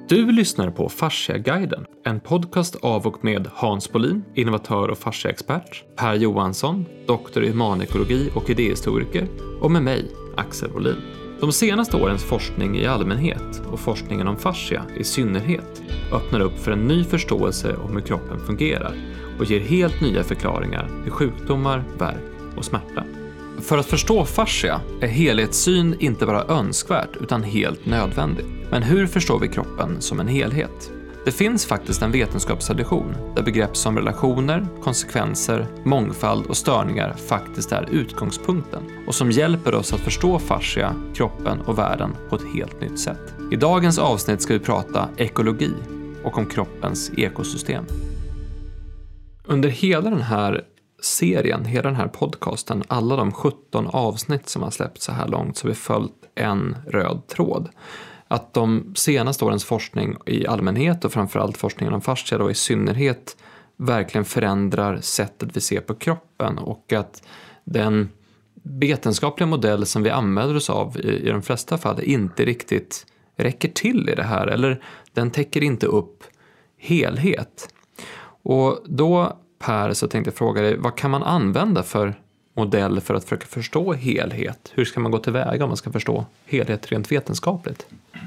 Du lyssnar på Fasciaguiden, en podcast av och med Hans Bolin, innovatör och fasciaexpert, Per Johansson, doktor i humanekologi och idéhistoriker, och med mig, Axel Bolin. De senaste årens forskning i allmänhet och forskningen om fascia i synnerhet öppnar upp för en ny förståelse om hur kroppen fungerar och ger helt nya förklaringar till sjukdomar, värk och smärta. För att förstå fascia är helhetssyn inte bara önskvärt utan helt nödvändigt. Men hur förstår vi kroppen som en helhet? Det finns faktiskt en vetenskapstradition där begrepp som relationer, konsekvenser, mångfald och störningar faktiskt är utgångspunkten och som hjälper oss att förstå fascia, kroppen och världen på ett helt nytt sätt. I dagens avsnitt ska vi prata ekologi och om kroppens ekosystem. Under hela den här serien, hela den här podcasten, alla de 17 avsnitt som har släppts så här långt, så har vi följt en röd tråd. Att de senaste årens forskning i allmänhet och framförallt forskningen om fascia då i synnerhet verkligen förändrar sättet vi ser på kroppen, och att den vetenskapliga modell som vi använder oss av i de flesta fall inte riktigt räcker till i det här, eller den täcker inte upp helhet. Och då, Per, så tänkte jag fråga dig, vad kan man använda för modell för att försöka förstå helhet? Hur ska man gå tillväga om man ska förstå helhet rent vetenskapligt?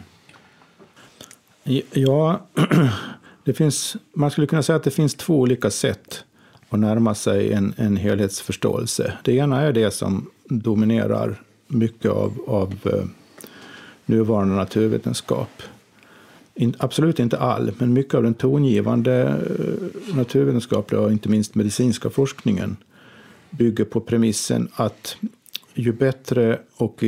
Ja, man skulle kunna säga att det finns två olika sätt att närma sig en helhetsförståelse. Det ena är det som dominerar mycket av nuvarande naturvetenskap. Absolut inte all, men mycket av den tongivande naturvetenskapliga och inte minst medicinska forskningen bygger på premissen att ju bättre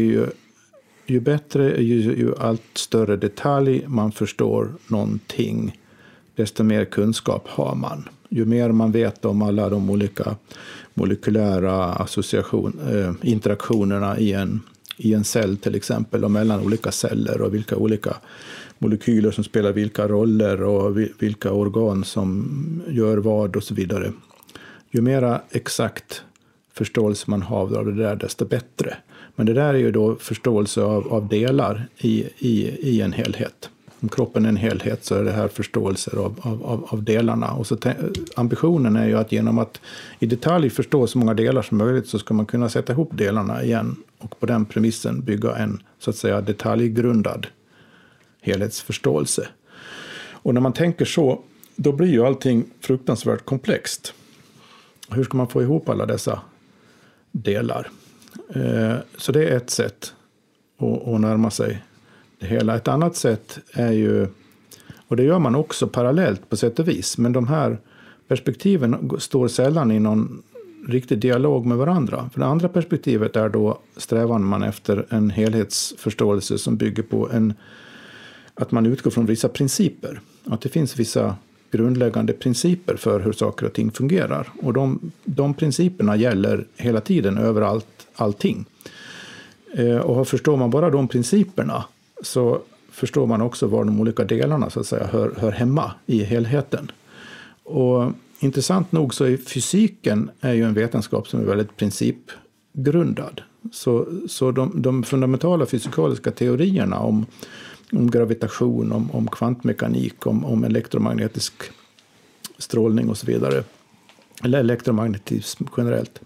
allt större detalj man förstår någonting, desto mer kunskap har man. Ju mer man vet om alla de olika molekylära interaktionerna i en cell till exempel, och mellan olika celler, och vilka olika molekyler som spelar vilka roller och vilka organ som gör vad och så vidare. Ju mer exakt förståelse man har av det där, desto bättre. Men det där är ju då förståelse av delar i en helhet. Om kroppen är en helhet så är det här förståelser av delarna. Och så ambitionen är ju att genom att i detalj förstå så många delar som möjligt så ska man kunna sätta ihop delarna igen och på den premissen bygga en så att säga detaljgrundad helhetsförståelse. Och när man tänker så, då blir ju allting fruktansvärt komplext. Hur ska man få ihop alla dessa delar? Så det är ett sätt att närma sig det hela. Ett annat sätt är ju, och det gör man också parallellt på sätt och vis, men de här perspektiven står sällan i någon riktig dialog med varandra. För det andra perspektivet är då strävan man efter en helhetsförståelse som bygger på att man utgår från vissa principer. Att det finns vissa grundläggande principer för hur saker och ting fungerar. Och de principerna gäller hela tiden överallt, allting. Och förstår man bara de principerna så förstår man också var de olika delarna så att säga hör hemma i helheten. Och intressant nog så är fysiken är ju en vetenskap som är väldigt principgrundad. Så de fundamentala fysikaliska teorierna om gravitation, om kvantmekanik, om elektromagnetisk strålning och så vidare, eller elektromagnetism generellt,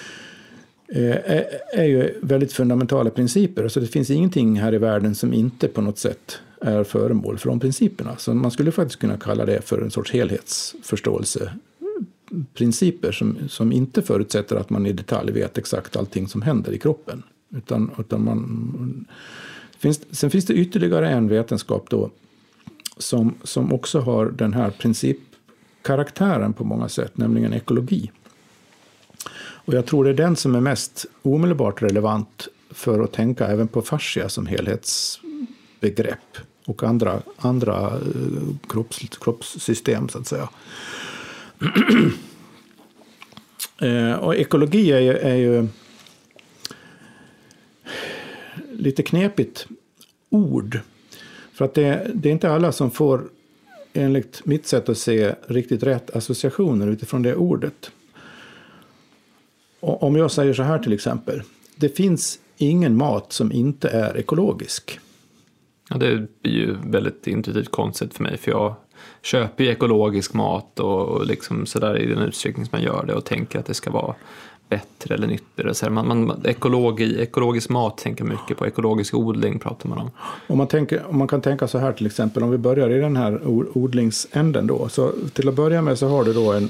är ju väldigt fundamentala principer. Så det finns ingenting här i världen som inte på något sätt är föremål för de principerna. Så man skulle faktiskt kunna kalla det för en sorts helhetsförståelse. Principer som inte förutsätter att man i detalj vet exakt allting som händer i kroppen. Utan sen finns det ytterligare en vetenskap då som också har den här principkaraktären på många sätt, nämligen ekologi. Och jag tror det är den som är mest omedelbart relevant för att tänka även på fascia som helhetsbegrepp och andra kroppssystem så att säga. Och ekologi är ju lite knepigt ord. För att det är inte alla som får, enligt mitt sätt att se, riktigt rätt associationer utifrån det ordet. Om jag säger så här till exempel. Det finns ingen mat som inte är ekologisk. Ja, det är ju väldigt intuitivt koncept för mig, för jag köper ju ekologisk mat och liksom sådär i den utsträckning som man gör det och tänker att det ska vara bättre eller nyttigare. Så ekologisk mat tänker mycket på, ekologisk odling pratar man om. Om man kan tänka så här till exempel, om vi börjar i den här odlingsänden då, så till att börja med så har du då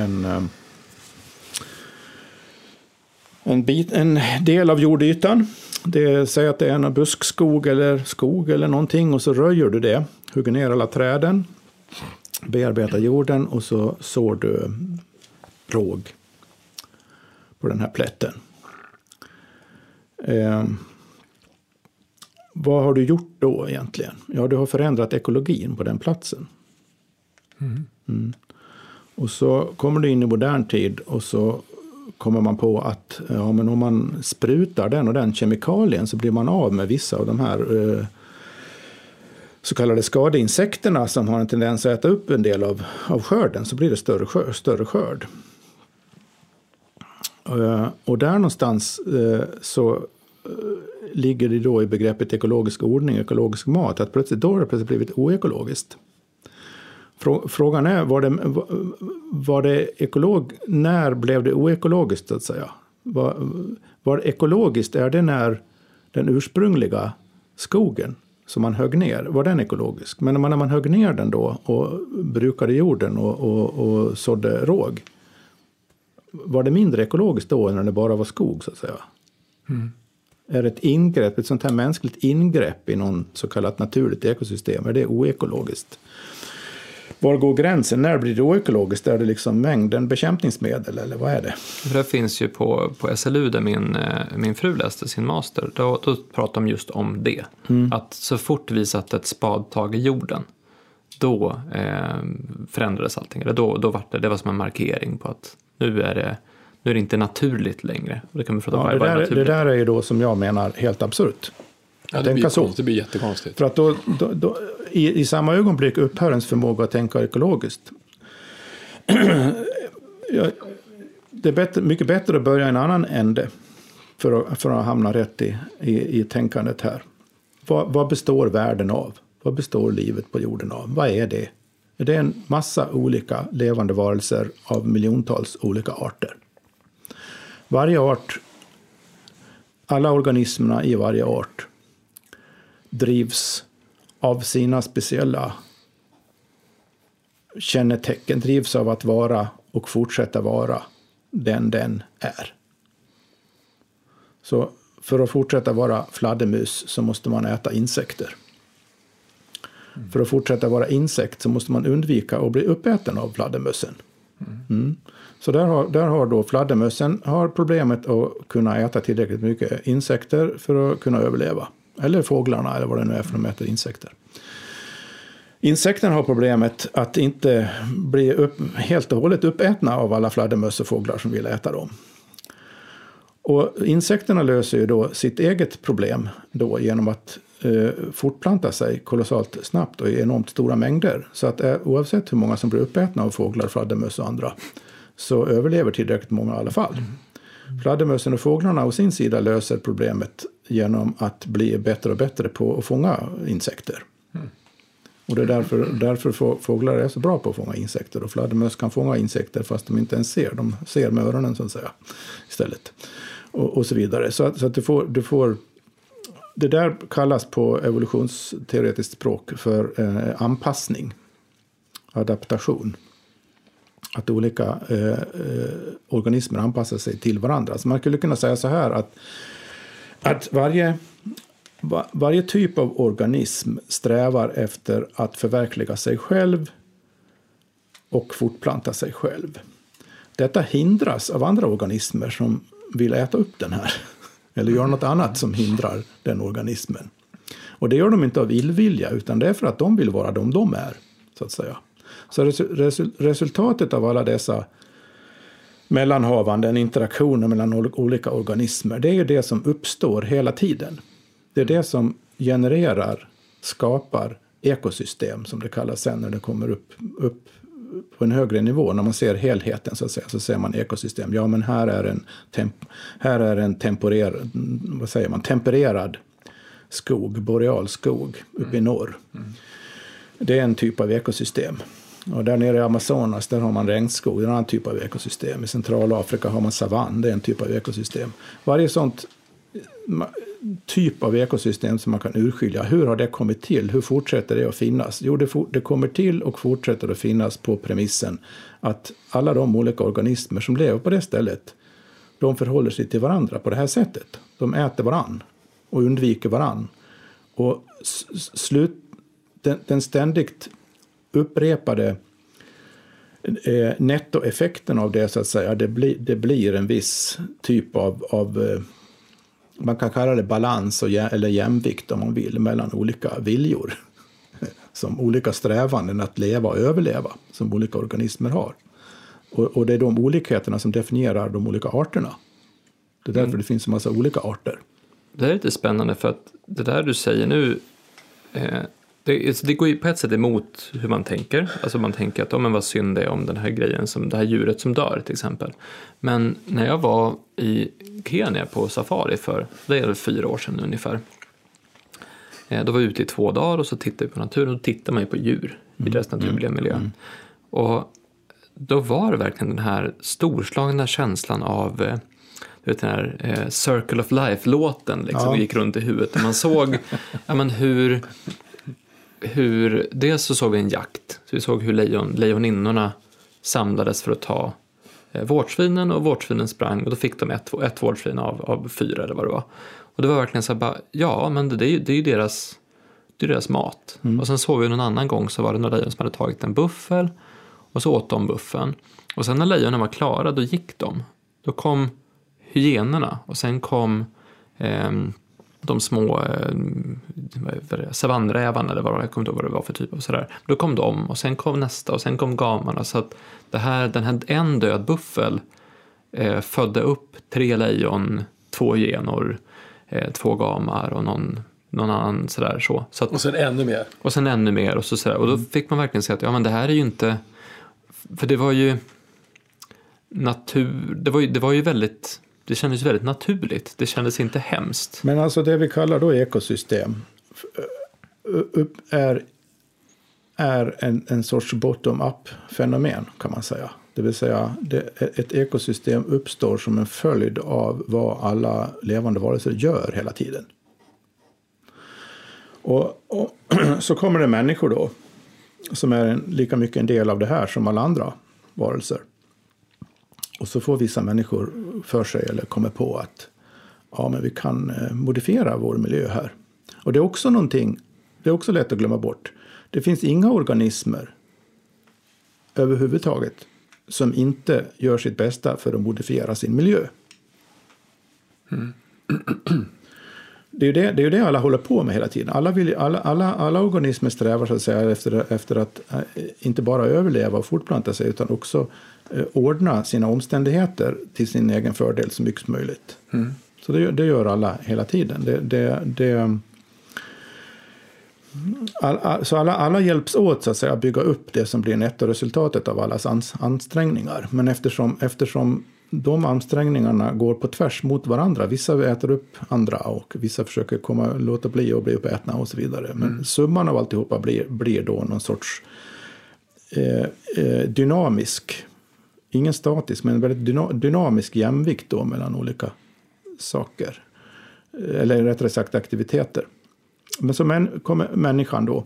en del av jordytan. Det säger att det är en buskskog eller skog eller någonting, och så röjer du det, hugger ner alla träden, bearbetar jorden och så sår du råg på den här plätten. Vad har du gjort då egentligen? Ja, du har förändrat ekologin på den platsen. Och så kommer du in i modern tid och så kommer man på att men om man sprutar den och den kemikalien så blir man av med vissa av de här så kallade skadeinsekterna som har en tendens att äta upp en del av skörden, så blir det större skörd. Och där någonstans så ligger det då i begreppet ekologisk odling, ekologisk mat, att då har det plötsligt blivit oekologiskt. Frågan är, när blev det oekologiskt så att säga? Var ekologiskt, är det när den ursprungliga skogen som man högg ner, var den ekologisk? Men när man högg ner den då och brukade jorden och sådde råg, var det mindre ekologiskt då än när det bara var skog så att säga? Är ett ingrepp, ett sånt här mänskligt ingrepp i någon så kallat naturligt ekosystem, är det oekologiskt? Var går gränsen? När blir det oekologiskt? Är det liksom mängden bekämpningsmedel eller vad är det? För det finns ju på SLU där min fru läste sin master. Då pratar de just om det. Att så fort vi satte ett spadtag i jorden, då förändrades allting. Då var det var som en markering på att nu är det inte naturligt längre. Det kan vi prata om det där är ju då som jag menar helt absurt. Ja, det blir jättekonstigt. För att då i samma ögonblick upphör ens förmåga att tänka ekologiskt. Det är mycket bättre att börja i en annan ände för att hamna rätt i tänkandet här. Vad består världen av? Vad består livet på jorden av? Vad är det? Det är en massa olika levande varelser av miljontals olika arter. Varje art, alla organismerna i varje art drivs av sina speciella kännetecken, drivs av att vara och fortsätta vara den är. Så för att fortsätta vara fladdermus så måste man äta insekter. För att fortsätta vara insekt så måste man undvika att bli uppäten av fladdermössen. Så där har då fladdermössen har problemet att kunna äta tillräckligt mycket insekter för att kunna överleva. Eller fåglarna eller vad det nu är för de äter insekter. Insekterna har problemet att inte bli helt och hållet uppätna av alla fladdermöss och fåglar som vill äta dem. Och insekterna löser ju då sitt eget problem då genom att fortplanta sig kolossalt snabbt och i enormt stora mängder. Så att oavsett hur många som blir uppätna av fåglar, fladdermöss och andra så överlever tillräckligt många i alla fall. Fladdermössen och fåglarna å sin sida löser problemet genom att bli bättre och bättre på att fånga insekter. Och det är därför fåglar är så bra på att fånga insekter. Och fladdermöss kan fånga insekter fast de inte ens ser. De ser med öronen så att säga istället. Och så vidare. Så att du får det där kallas på evolutionsteoretiskt språk för anpassning. Adaptation. Att olika organismer anpassar sig till varandra. Så man skulle kunna säga så här att varje typ av organism strävar efter att förverkliga sig själv och fortplanta sig själv. Detta hindras av andra organismer som vill äta upp den här. Eller göra något annat som hindrar den organismen. Och det gör de inte av illvilja utan det är för att de vill vara de är, så att säga. Så resultatet av alla dessa mellanhavanden, interaktioner mellan olika organismer, det är ju det som uppstår hela tiden. Det är det som skapar ekosystem som det kallas sen när det kommer upp på en högre nivå. När man ser helheten så att säga, så ser man ekosystem. Ja, men här är en tempererad skog, boreal skog uppe i norr. Det är en typ av ekosystem. Och där nere i Amazonas, där har man regnskog, det är en annan typ av ekosystem. I Centralafrika har man savann, det är en typ av ekosystem. Varje sånt typ av ekosystem som man kan urskilja, hur har det kommit till? Hur fortsätter det att finnas? Jo, det kommer till och fortsätter att finnas på premissen att alla de olika organismer som lever på det stället, de förhåller sig till varandra på det här sättet. De äter varann och undviker varann. Och den ständigt upprepade nettoeffekten av det, så att säga, det blir en viss typ av man kan kalla det balans eller jämvikt om man vill, mellan olika viljor som olika strävanden att leva och överleva som olika organismer har. Och det är de olikheterna som definierar de olika arterna. Det är därför det finns en massa olika arter. Det här är lite spännande, för att det där du säger nu, det går ju på ett sätt emot hur man tänker. Alltså man tänker att men vad synd det är om den här grejen, som det här djuret som dör till exempel. Men när jag var i Kenya på safari det är 4 år sedan ungefär. Då var jag ute i 2 dagar och så tittade vi på naturen, och då tittar man ju på djur i deras naturliga miljö. Och då var det verkligen den här storslagna känslan av den här Circle of Life-låten liksom, gick runt i huvudet. Och man såg hur dels så såg vi en jakt. Så vi såg hur lejoninnorna samlades för att ta vårtsvinen, och vårtsvinen sprang, och då fick de ett vårtsvin av 4 eller vad det var. Och det var verkligen så här, men det är ju deras mat. Och sen såg vi någon annan gång, så var det några lejon som hade tagit en buffel, och så åt de buffeln. Och sen när lejonen var klara, då gick de. Då kom hyenorna, och sen kom de små savannrävarna, eller jag kommer inte ihåg vad det var för typ av sådär. Då kom de, och sen kom nästa, och sen kom gamarna. Så att en död buffel födde upp 3 lejon, 2 hyenor, 2 gamar och någon annan sådär så. Så att, och sen ännu mer. Och sen ännu mer, och så sådär. Och då fick man verkligen säga att men det här är ju inte, för det var ju det var ju väldigt, det kändes väldigt naturligt. Det kändes inte hemskt. Men alltså det vi kallar då ekosystem är en sorts bottom-up-fenomen, kan man säga. Det vill säga ett ekosystem uppstår som en följd av vad alla levande varelser gör hela tiden. Och så kommer det människor då som är lika mycket en del av det här som alla andra varelser. Och så får vissa människor för sig eller kommer på att men vi kan modifiera vår miljö här. Och det är också någonting, det är också lätt att glömma bort. Det finns inga organismer överhuvudtaget som inte gör sitt bästa för att modifiera sin miljö. Det är ju det alla håller på med hela tiden. Alla organismer strävar så att säga efter att inte bara överleva och fortplanta sig, utan också ordna sina omständigheter till sin egen fördel så mycket som möjligt. Så det gör alla hela tiden. Så alla hjälps åt så att säga att bygga upp det som blir nettoresultatet av allas ansträngningar. Men eftersom de ansträngningarna går på tvärs mot varandra. Vissa äter upp andra och vissa försöker låta bli och bli uppätna och så vidare. Men summan av alltihopa blir då någon sorts dynamisk, ingen statisk, men väldigt dynamisk jämvikt då mellan olika saker. Eller rättare sagt aktiviteter. Men så kommer människan då.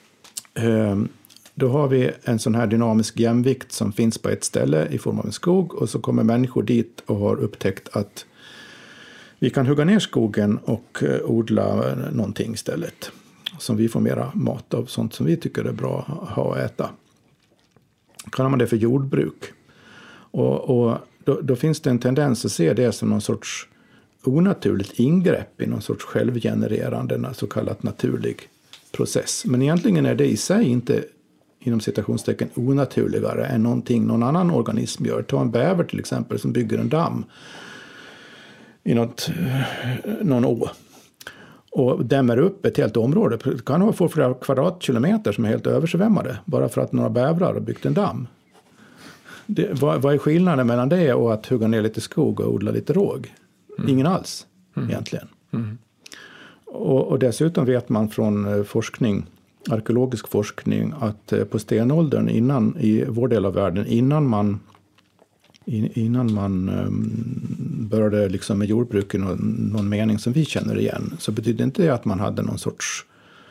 Då har vi en sån här dynamisk jämvikt som finns på ett ställe i form av en skog. Och så kommer människor dit och har upptäckt att vi kan hugga ner skogen och odla någonting istället. Som vi får mera mat av, sånt som vi tycker är bra att ha och äta. Kallar man det för jordbruk. Och då finns det en tendens att se det som någon sorts onaturligt ingrepp i någon sorts självgenererande, så kallat naturlig process. Men egentligen är det i sig inte, inom citationstecken, onaturligare än någonting någon annan organism gör. Ta en bäver till exempel som bygger en damm i någon å och dämmer upp ett helt område. Det kan få flera kvadratkilometer som är helt översvämmade bara för att några bävrar har byggt en damm. Vad är skillnaden mellan det och att hugga ner lite skog och odla lite råg? Ingen alls egentligen. Och dessutom vet man från arkeologisk forskning, att på stenåldern i vår del av världen, innan man började liksom med jordbruk i någon mening som vi känner igen, så betyder inte det att man hade någon sorts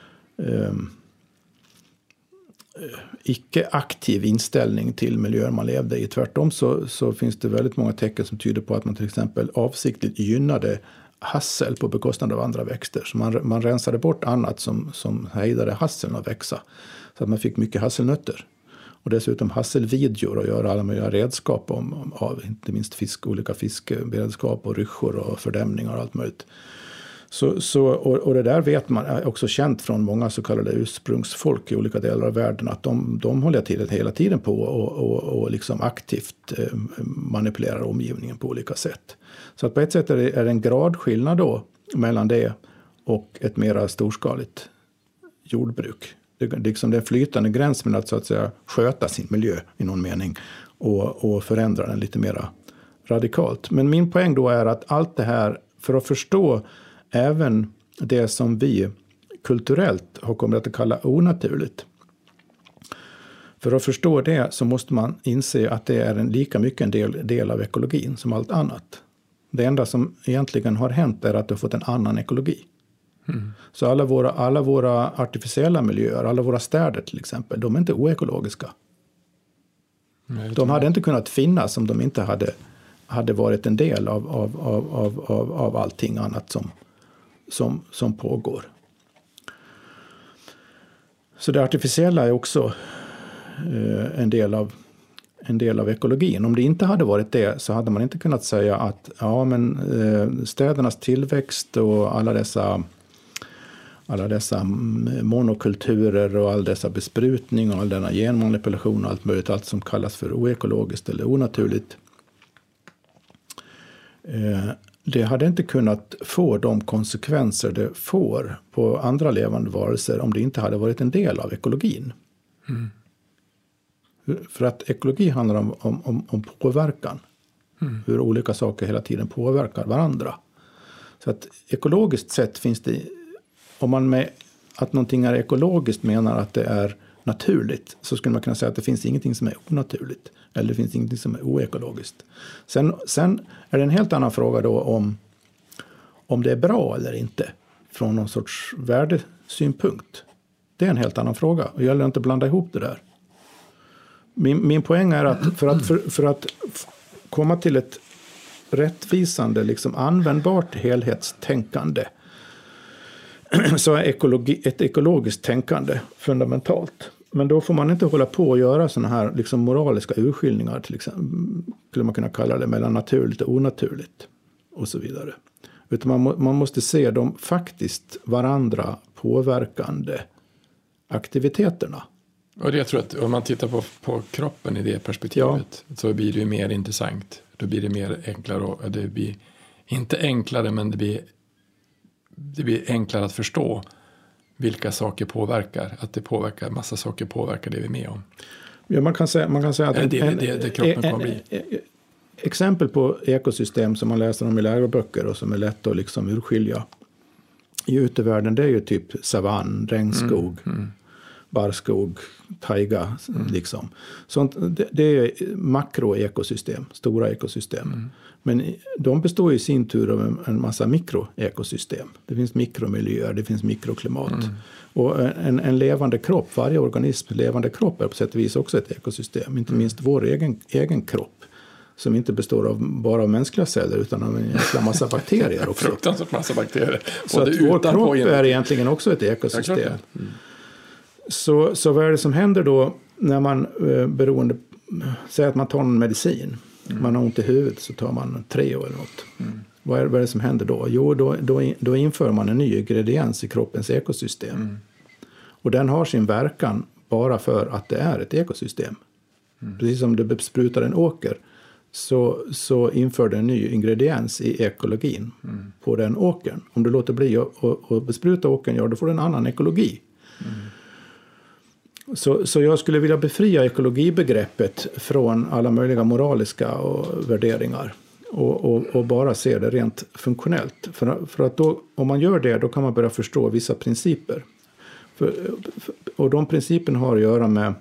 icke-aktiv inställning till miljöer man levde i. Tvärtom så finns det väldigt många tecken som tyder på att man till exempel avsiktligt gynnade hassel på bekostnad av andra växter. Så man rensade bort annat som hejdade hasseln att växa. Så att man fick mycket hasselnötter. Och dessutom hasselvidjor och göra alla möjliga redskap av inte minst olika fiskeredskap och ryschor och fördämningar och allt möjligt. Och det där vet man är också känt från många så kallade ursprungsfolk i olika delar av världen, att de håller hela tiden på och liksom aktivt manipulerar omgivningen på olika sätt. Så att på ett sätt är det en gradskillnad då mellan det och ett mera storskaligt jordbruk. Det är en flytande gräns mellan att så att säga sköta sin miljö i någon mening och förändra den lite mera radikalt. Men min poäng då är att allt det här, för att förstå även det som vi kulturellt har kommit att kalla onaturligt. För att förstå det så måste man inse att det är lika mycket en del av ekologin som allt annat. Det enda som egentligen har hänt är att det har fått en annan ekologi. Mm. Så alla våra artificiella miljöer, alla våra städer till exempel, de är inte oekologiska. De hade inte kunnat finnas om de inte hade varit en del av allting annat som pågår. Så det artificiella är också en del av ekologin. Om det inte hade varit det så hade man inte kunnat säga att städernas tillväxt och alla dessa monokulturer och all dessa besprutning och all denna genmanipulation och allt möjligt, allt som kallas för oekologiskt eller onaturligt. Det hade inte kunnat få de konsekvenser det får på andra levande varelser om det inte hade varit en del av ekologin. Mm. För att ekologi handlar om påverkan. Mm. Hur olika saker hela tiden påverkar varandra. Så att ekologiskt sett finns det, om man med att någonting är ekologiskt menar att det är naturligt, så skulle man kunna säga att det finns ingenting som är onaturligt. Eller det finns ingenting som är oekologiskt. Sen är det en helt annan fråga då om det är bra eller inte. Från någon sorts värdesynpunkt. Det är en helt annan fråga. Och jag gäller inte att blanda ihop det där. Min poäng är att för att komma till ett rättvisande, liksom användbart helhetstänkande, så är ett ekologiskt tänkande fundamentalt. Men då får man inte hålla på och göra såna här liksom moraliska urskiljningar, till exempel, skulle man kunna kalla det, mellan naturligt och onaturligt och så vidare. Utan man måste se de faktiskt varandra påverkande aktiviteterna. Och jag tror att om man tittar på kroppen i det perspektivet, så blir det ju mer intressant. Då blir det mer enklare, och det blir inte enklare, men det blir enklare att förstå vilka saker påverkar. Att det påverkar, massa saker påverkar det vi är med om. Ja, man kan säga att det kroppen kommer bli. Exempel på ekosystem som man läser om i läroböcker och som är lätt att liksom urskilja i utevärlden, det är ju typ savann, regnskog, barrskog, taiga liksom. Sånt, det är makroekosystem, stora ekosystem. Men de består i sin tur av en massa mikroekosystem. Det finns mikromiljöer, det finns mikroklimat. Och en levande kropp, varje organism levande kropp är på sätt och vis också ett ekosystem. Inte minst vår egen kropp, som inte består bara av mänskliga celler utan av en jäkla massa bakterier också. Fruktansvärt massa bakterier. Så att vår kropp är egentligen också ett ekosystem. Så vad är det som händer då när man säger att man tar en medicin. Man har ont i huvudet, så tar man Treo eller något. Vad är det som händer då? Jo, då inför man en ny ingrediens i kroppens ekosystem. Och den har sin verkan bara för att det är ett ekosystem. Precis som det besprutar en åker, så inför det en ny ingrediens i ekologin på den åkern. Om du låter bli att bespruta åkern, då får du en annan ekologi. Så jag skulle vilja befria ekologibegreppet från alla möjliga moraliska värderingar. och bara ser det rent funktionellt. För att då, om man gör det, då kan man börja förstå vissa principer. Och de principerna har att göra med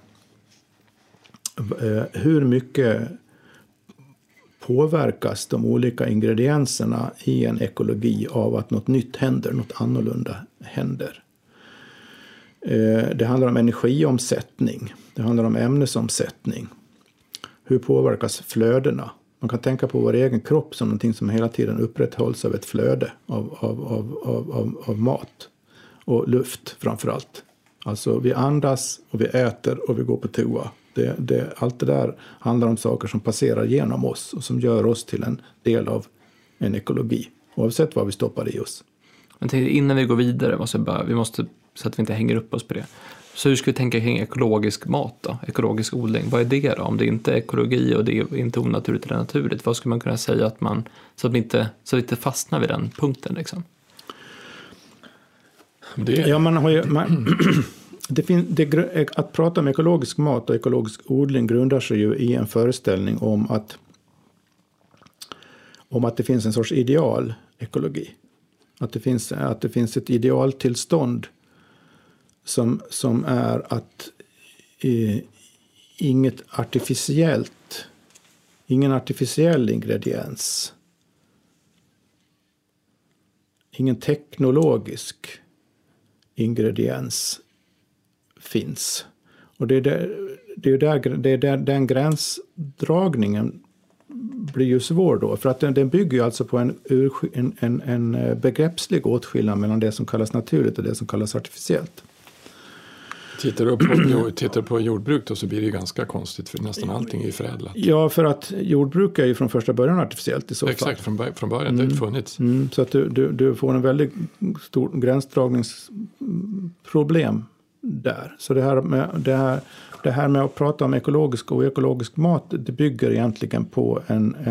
hur mycket påverkas de olika ingredienserna i en ekologi av att något nytt händer, något annorlunda händer. Det handlar om energiomsättning, det handlar om ämnesomsättning. Hur påverkas flödena? Man kan tänka på vår egen kropp som någonting som hela tiden upprätthålls av ett flöde av mat och luft framförallt. Alltså vi andas och vi äter och vi går på toa. Allt det där handlar om saker som passerar genom oss och som gör oss till en del av en ekologi. Oavsett vad vi stoppar i oss. Men innan vi går vidare vi måste så att vi inte hänger upp oss på det. Så hur ska vi tänka kring ekologisk mat då? Ekologisk odling, vad är det då? Om det inte är ekologi och det är inte onaturligt eller naturligt, vad skulle man kunna säga att så att vi inte fastnar vid den punkten liksom? Att prata om ekologisk mat och ekologisk odling grundar sig ju i en föreställning om att det finns en sorts ideal ekologi. Att det finns ett idealtillstånd som är att ingen artificiell ingrediens, ingen teknologisk ingrediens finns. Och det är den gränsdragningen blir ju svår då. För att den bygger ju alltså på en begreppslig åtskillnad mellan det som kallas naturligt och det som kallas artificiellt. Tittar du på jordbruk då, så blir det ju ganska konstigt, för nästan allting är ju förädlat. Ja, för att jordbruk är ju från första början artificiellt i så fall. Exakt, från början det har funnits. Så att du får en väldigt stor gränsdragningsproblem där. Så det här med att prata om ekologisk och ekologisk mat, det bygger egentligen på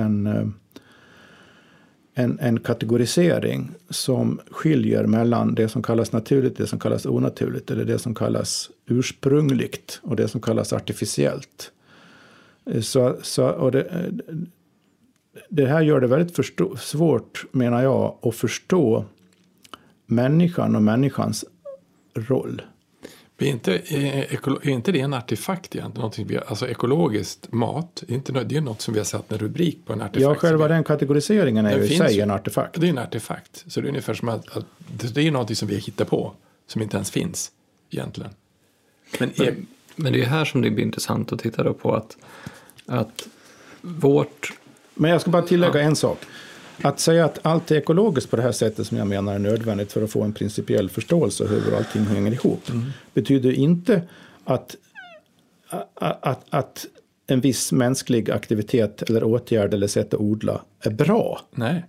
en kategorisering som skiljer mellan det som kallas naturligt, det som kallas onaturligt, eller det som kallas ursprungligt och det som kallas artificiellt. Det här gör det väldigt svårt, menar jag, att förstå människan och människans roll. Är inte det en artefakt egentligen? Alltså ekologiskt mat, det är något som vi har satt en rubrik på en artefakt. Ja, själva den kategoriseringen är ju i sig en artefakt. Det är en artefakt. Så det är ungefär som att det är något som vi hittar på, som inte ens finns egentligen. Men det är här som det blir intressant att titta då på att vårt... Men jag ska bara tillägga en sak. Att säga att allt är ekologiskt på det här sättet som jag menar är nödvändigt för att få en principiell förståelse av hur allting hänger ihop betyder inte att en viss mänsklig aktivitet eller åtgärd eller sätt att odla är bra. Nej.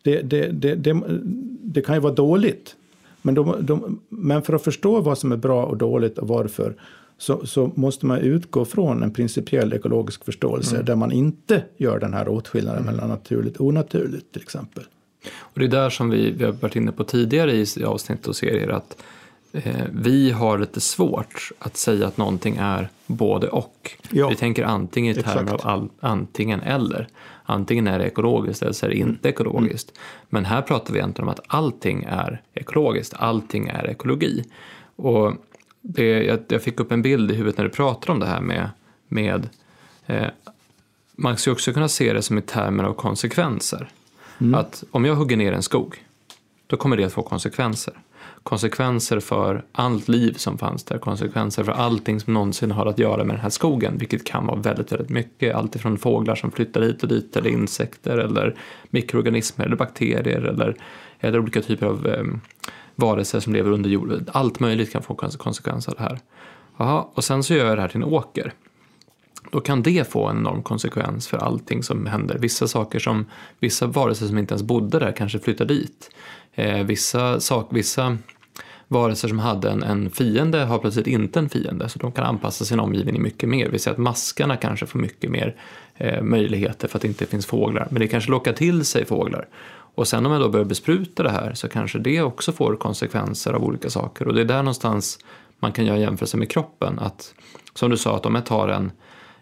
Det kan ju vara dåligt. Men för att förstå vad som är bra och dåligt och varför så måste man utgå från en principiell ekologisk förståelse där man inte gör den här åtskillnaden mellan naturligt och onaturligt till exempel. Och det är där som vi har varit inne på tidigare i avsnitt och serier att vi har lite svårt att säga att någonting är både och. Ja, vi tänker antingen i termer av antingen eller. Antingen är det ekologiskt eller så är det inte ekologiskt. Men här pratar vi egentligen om att allting är ekologiskt, allting är ekologi. Och jag fick upp en bild i huvudet när du pratar om det här med man ska också kunna se det som i termer av konsekvenser. Att om jag hugger ner en skog, då kommer det att få konsekvenser. Konsekvenser för allt liv som fanns där. Konsekvenser för allting som någonsin har att göra med den här skogen. Vilket kan vara väldigt, väldigt mycket. Allt ifrån fåglar som flyttar hit och dit. Eller insekter. Eller mikroorganismer. Eller bakterier. Eller olika typer av varelser som lever under jorden. Allt möjligt kan få konsekvenser av det här. Aha, och sen så gör jag det här till en åker. Då kan det få en enorm konsekvens för allting som händer. Vissa varelser som inte ens bodde där kanske flyttar dit. Vissa varelser som hade en fiende har plötsligt inte en fiende. Så de kan anpassa sin omgivning mycket mer. Vi ser att maskarna kanske får mycket mer möjligheter för att det inte finns fåglar. Men det kanske lockar till sig fåglar. Och sen om jag då börjar bespruta det här så kanske det också får konsekvenser av olika saker. Och det är där någonstans man kan göra jämförelse med kroppen. Att, som du sa, att om jag tar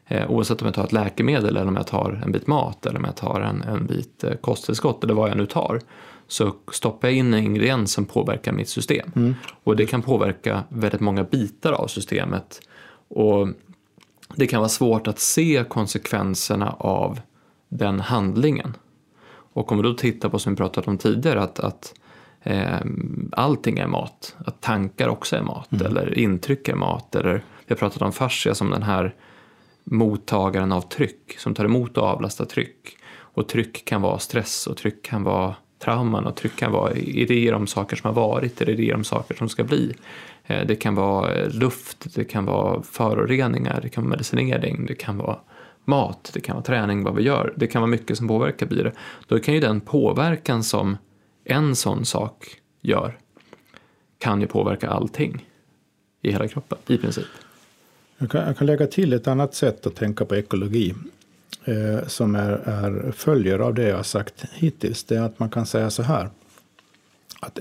Oavsett om jag tar ett läkemedel eller om jag tar en bit mat eller om jag tar en bit kosttillskott eller vad jag nu tar, så stoppar jag in en ingrediens som påverkar mitt system. Och det kan påverka väldigt många bitar av systemet. Och det kan vara svårt att se konsekvenserna av den handlingen. Och om vi då tittar på, som vi pratade om tidigare, att allting är mat. Att tankar också är mat. Eller intryck är mat. Eller vi har pratat om fascia som den här mottagaren av tryck. Som tar emot och avlastar tryck. Och tryck kan vara stress. Och tryck kan vara trauman. Och tryck kan vara idéer om saker som har varit. Eller idéer om saker som ska bli. Det kan vara luft. Det kan vara föroreningar. Det kan vara medicinering. Det kan vara mat. Det kan vara träning, vad vi gör. Det kan vara mycket som påverkar bier. Då kan ju den påverkan som en sån sak gör kan ju påverka allting i hela kroppen, i princip. Jag kan lägga till ett annat sätt att tänka på ekologi som följer av det jag har sagt hittills. Det är att man kan säga så här. Att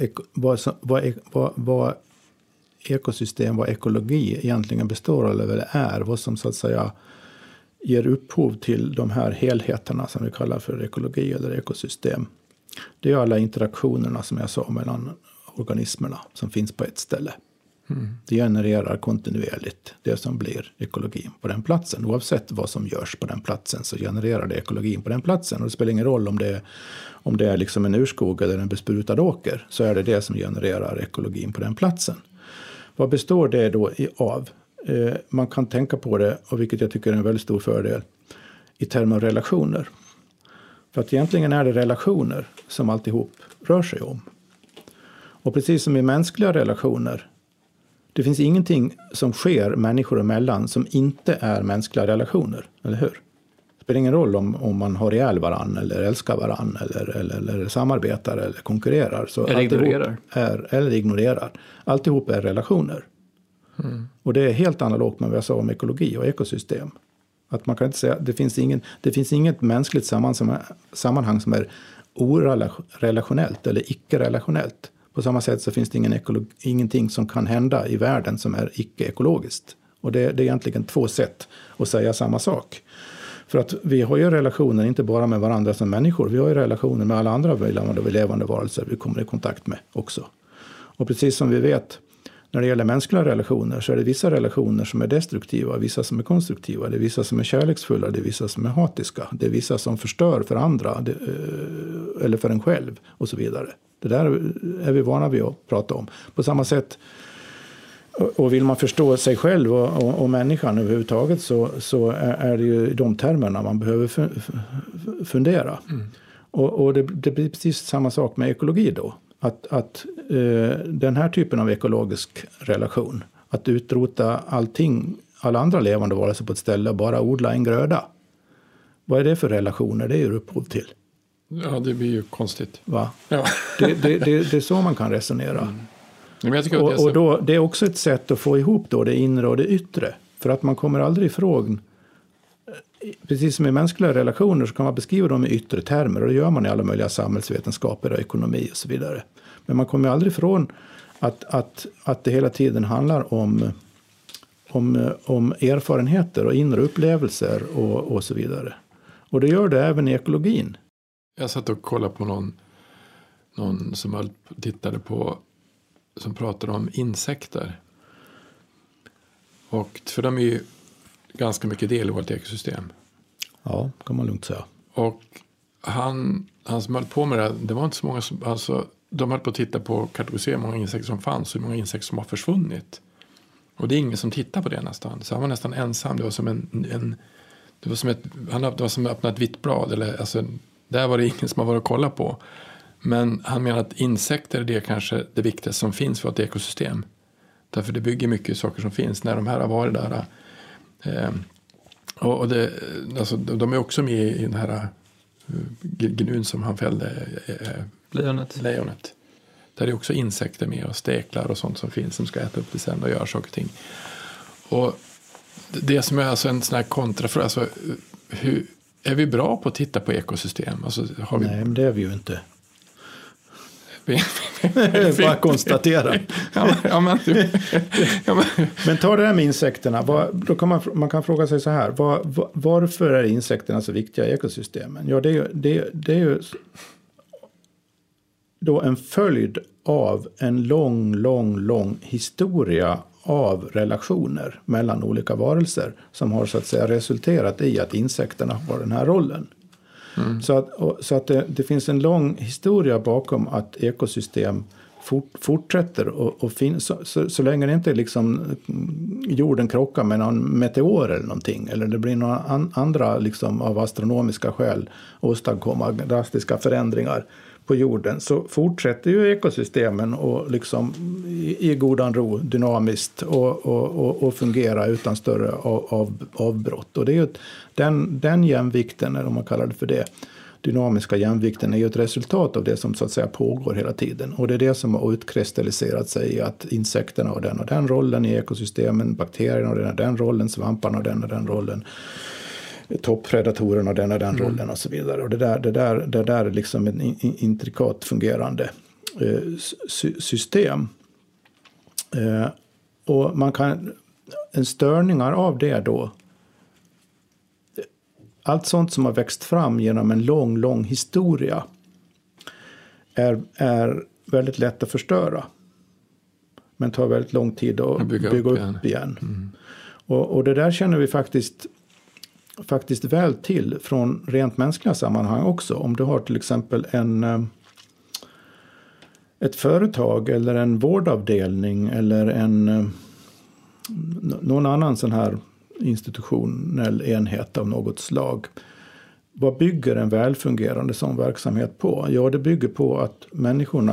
vad ekosystem, vad ekologi egentligen består av eller är. Vad som så att säga ger upphov till de här helheterna som vi kallar för ekologi eller ekosystem. Det är alla interaktionerna som jag sa mellan organismerna som finns på ett ställe. Det genererar kontinuerligt det som blir ekologin på den platsen. Oavsett vad som görs på den platsen så genererar det ekologin på den platsen. Och det spelar ingen roll om det är liksom en urskog eller en besprutad åker, så är det som genererar ekologin på den platsen. Vad består det då av? Man kan tänka på det, och vilket jag tycker är en väldigt stor fördel, i termer av relationer. För att egentligen är det relationer som alltihop rör sig om. Och precis som i mänskliga relationer, det finns ingenting som sker människor emellan som inte är mänskliga relationer, eller hur? Det spelar ingen roll om man har ihjäl varann eller älskar varann eller samarbetar eller konkurrerar. Så eller ignorerar. Eller ignorerar. Alltihop är relationer. Och det är helt analogt med vad jag sa om ekologi och ekosystem. Att man kan inte säga, det finns inget mänskligt sammanhang som är orelationellt eller icke-relationellt. På samma sätt så finns det ingenting som kan hända i världen som är icke-ekologiskt. Och det är egentligen två sätt att säga samma sak. För att vi har ju relationer inte bara med varandra som människor. Vi har ju relationer med alla andra levande varelser vi kommer i kontakt med också. Och precis som vi vet, när det gäller mänskliga relationer så är det vissa relationer som är destruktiva, vissa som är konstruktiva, det är vissa som är kärleksfulla, det är vissa som är hatiska, det är vissa som förstör för andra eller för en själv och så vidare. Det där är vi vana vid att prata om. På samma sätt, och vill man förstå sig själv och människan överhuvudtaget så är det ju i de termerna man behöver fundera. Och det blir precis samma sak med ekologi då. Att den här typen av ekologisk relation, att utrota alla andra levande varelser på ett ställe och bara odla en gröda. Vad är det för relationer det är upphov till? Ja, det blir ju konstigt. Va? Ja. Det är så man kan resonera. Men jag tycker att och då, det är också ett sätt att få ihop då det inre och det yttre. För att man kommer aldrig ifrån, precis som i mänskliga relationer så kan man beskriva dem i yttre termer. Och det gör man i alla möjliga samhällsvetenskaper och ekonomi och så vidare. Men man kommer aldrig ifrån att det hela tiden handlar om erfarenheter och inre upplevelser och så vidare. Och det gör det även i ekologin. Jag satt och kollade på någon som tittade på, som pratade om insekter. Och för de är ju ganska mycket del i vårt ekosystem. Ja, kan man lugnt säga. Och han som höll på med det var inte så många som, alltså de höll på att titta på kategorisera hur många insekter som fanns och hur många insekter som har försvunnit. Och det är ingen som tittar på det nästan. Så han var nästan ensam. Det var som det var som att öppna ett vitt blad. Eller, alltså, där var det ingen som har varit och kollat på. Men han menar att insekter det är kanske det viktigaste som finns för ett ekosystem. Därför det bygger mycket saker som finns. När de här har varit där. Och det, alltså, de är också med i den här gnun som han fällde. Lejonet. Där är också insekter med och steklar och sånt som finns som ska äta upp det sen och göra saker och ting. Och det som är alltså en sån här kontrafråga, alltså, är vi bra på att titta på ekosystem? Alltså, Nej, men det är vi ju inte. Vi Bara konstatera. Men ta det här med insekterna. Då kan man kan fråga sig så här. Varför är insekterna så viktiga i ekosystemen? Ja, det är ju då en följd av en lång historia av relationer mellan olika varelser som har så att säga resulterat i att insekterna har den här rollen. Så att det finns en lång historia bakom att ekosystem fortsätter och finns så länge det inte liksom jorden krockar med någon meteor eller någonting, eller det blir några andra liksom av astronomiska skäl åstadkomma drastiska förändringar på jorden, så fortsätter ju ekosystemen och liksom i godan ro dynamiskt och fungera utan större avbrott. Och det är ju den jämvikten, eller om man kallar det för det, dynamiska jämvikten, är ju ett resultat av det som så att säga pågår hela tiden. Och det är det som har utkristalliserat sig i att insekterna har den och den rollen i ekosystemen, bakterierna har den rollen, svamparna har den och den rollen, toppredatorerna och den rollen och så vidare. Och det där är liksom en intrikat fungerande system. Och man kan en störningar av det då, allt sånt som har växt fram genom en lång historia är väldigt lätt att förstöra. Men tar väldigt lång tid att bygga upp igen. Och det där känner vi faktiskt väl till från rent mänskliga sammanhang också. Om du har till exempel ett företag eller en vårdavdelning eller någon annan sån här institutionell enhet av något slag. Vad bygger en välfungerande sån verksamhet på? Ja, det bygger på att människorna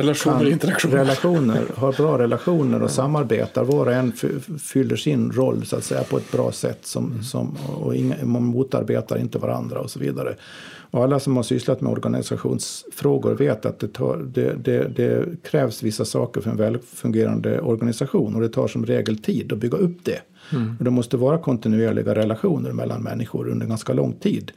har bra relationer och samarbetar. Var och en fyller sin roll så att säga på ett bra sätt och man motarbetar inte varandra och så vidare. Och alla som har sysslat med organisationsfrågor vet att det krävs vissa saker för en välfungerande organisation, och det tar som regel tid att bygga upp det. Och det måste vara kontinuerliga relationer mellan människor under ganska lång tid.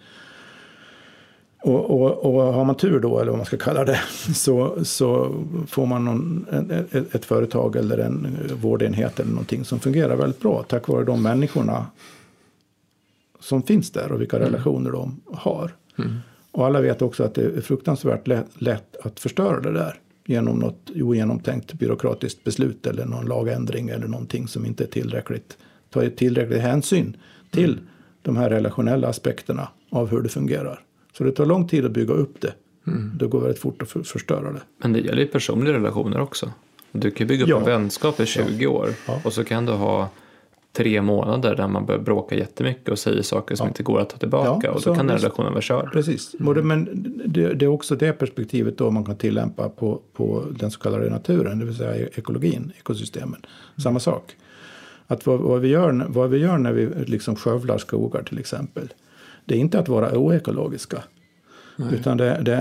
Och har man tur då, eller vad man ska kalla det, så får man ett företag eller en vårdenhet eller någonting som fungerar väldigt bra tack vare de människorna som finns där och vilka relationer de har. Och alla vet också att det är fruktansvärt lätt att förstöra det där genom något ogenomtänkt byråkratiskt beslut eller någon lagändring eller någonting som inte tar tillräcklig hänsyn till de här relationella aspekterna av hur det fungerar. Så det tar lång tid att bygga upp det. Det går väldigt fort att förstöra det. Men det gäller ju personliga relationer också. Du kan bygga upp en vänskap i 20 år. Och så kan du ha 3 månader där man börjar bråka jättemycket och säger saker som inte går att ta tillbaka. Och då kan den relationen vara körd. Precis. Men det är också det perspektivet då man kan tillämpa på den så kallade naturen. Det vill säga ekologin, ekosystemen. Samma sak. Att vad vi gör när vi liksom skövlar skogar till exempel. Det är inte att vara oekologiska. Nej. Utan det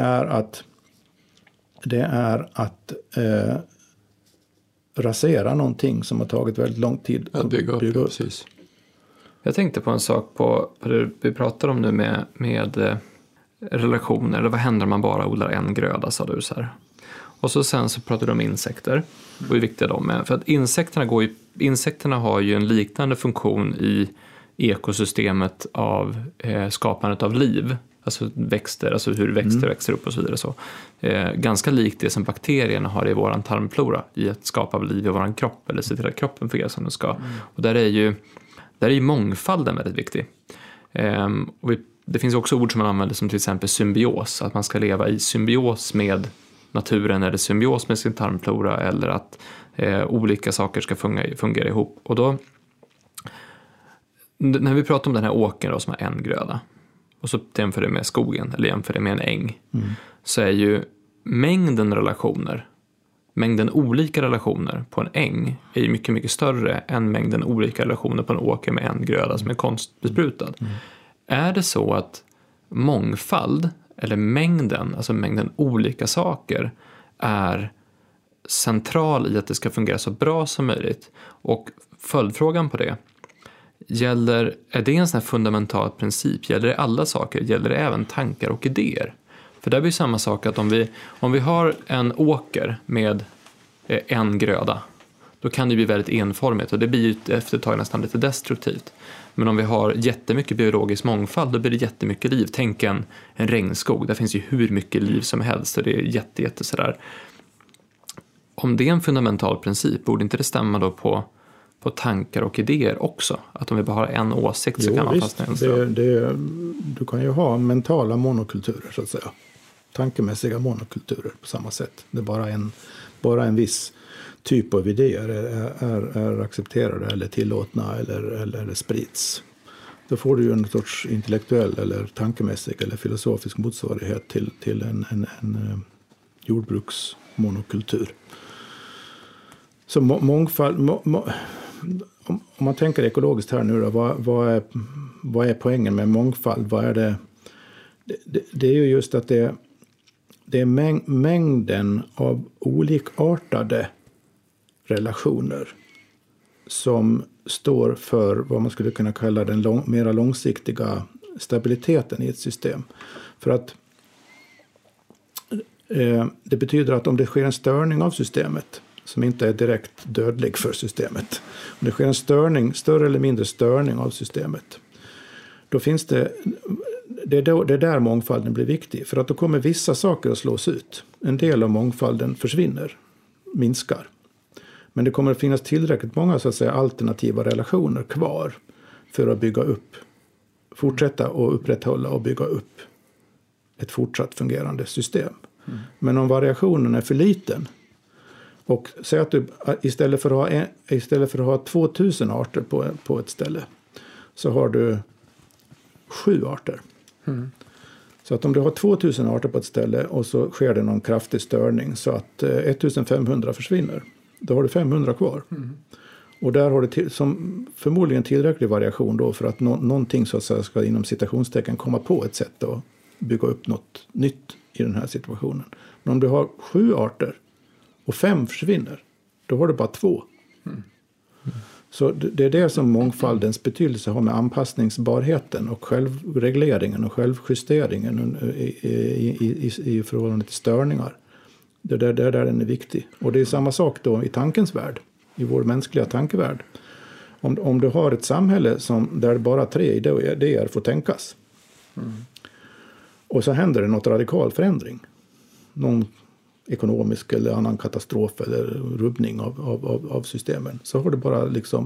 är att rasera någonting som har tagit väldigt lång tid att bygga upp. Precis. Jag tänkte på en sak på det vi pratar om nu med relationer. Eller vad händer om man bara odlar en gröda, sa du så här. Och sen så pratar du om insekter och hur viktiga de är. För att insekterna har ju en liknande funktion i ekosystemet av skapandet av liv. Alltså växter, alltså hur växter växer upp och så vidare. Så. Ganska likt det som bakterierna har i våran tarmflora i att skapa liv i våran kropp eller se till att kroppen fungerar som den ska. Och där är ju mångfalden väldigt viktig. Och det finns också ord som man använder som till exempel symbios. Att man ska leva i symbios med naturen eller symbios med sin tarmflora, eller att olika saker ska fungera ihop. Och då, när vi pratar om den här åkern då, som har en gröda, och så jämför det med skogen eller jämför det med en äng, så är ju mängden olika relationer på en äng är ju mycket, mycket större än mängden olika relationer på en åker med en gröda som är konstbesprutad. Är det så att mångfald eller mängden olika saker är central i att det ska fungera så bra som möjligt? Och följdfrågan på det, är det en sån här fundamental princip? Gäller det alla saker? Gäller det även tankar och idéer? För det blir samma sak att om vi har en åker med en gröda, då kan det bli väldigt enformigt och det blir ju efter ett tag nästan lite destruktivt. Men om vi har jättemycket biologisk mångfald, då blir det jättemycket liv. Tänk en regnskog, där finns ju hur mycket liv som helst och det är jätte sådär. Om det är en fundamental princip, borde inte det stämma då på tankar och idéer också? Att om vi bara har en åsikt så kan man fastna i en du kan ju ha mentala monokulturer så att säga. Tankemässiga monokulturer på samma sätt. Det är bara en viss typ av idéer är accepterade eller tillåtna eller sprids. Då får du ju en sorts intellektuell eller tankemässig eller filosofisk motsvarighet till en jordbruksmonokultur. Så mångfald, om man tänker ekologiskt här nu då, vad är poängen med mångfald? Vad är det? Det är ju just att det är mängden av olikartade relationer som står för vad man skulle kunna kalla den mera långsiktiga stabiliteten i ett system. För att det betyder att om det sker en störning av systemet som inte är direkt dödlig för systemet, om det sker en större eller mindre störning av systemet, då finns det är där mångfalden blir viktig. För att då kommer vissa saker att slås ut. En del av mångfalden försvinner, minskar. Men det kommer att finnas tillräckligt många så att säga alternativa relationer kvar för att bygga upp, fortsätta och upprätthålla och bygga upp ett fortsatt fungerande system. Mm. Men om variationen är för liten och säg att du istället för att ha 2000 arter på ett ställe så har du 7 arter. Mm. Så att om du har 2000 arter på ett ställe och så sker det någon kraftig störning så att 1500 försvinner. Då har du 500 kvar. Mm. Och där har du som förmodligen tillräcklig variation då för att någonting så att säga ska inom citationstecken komma på ett sätt att bygga upp något nytt i den här situationen. Men om du har 7 arter och 5 försvinner, då har du bara 2. Mm. Mm. Så det är det som mångfaldens betydelse har med anpassningsbarheten och självregleringen och självjusteringen i förhållande till störningar. Det där den är viktig. Och det är samma sak då i tankens värld, i vår mänskliga tankevärld. Om du har ett samhälle där bara 3 idéer får tänkas. Mm. Och så händer det något radikal förändring. Någon ekonomisk eller annan katastrof eller rubbning av systemen. Så har du bara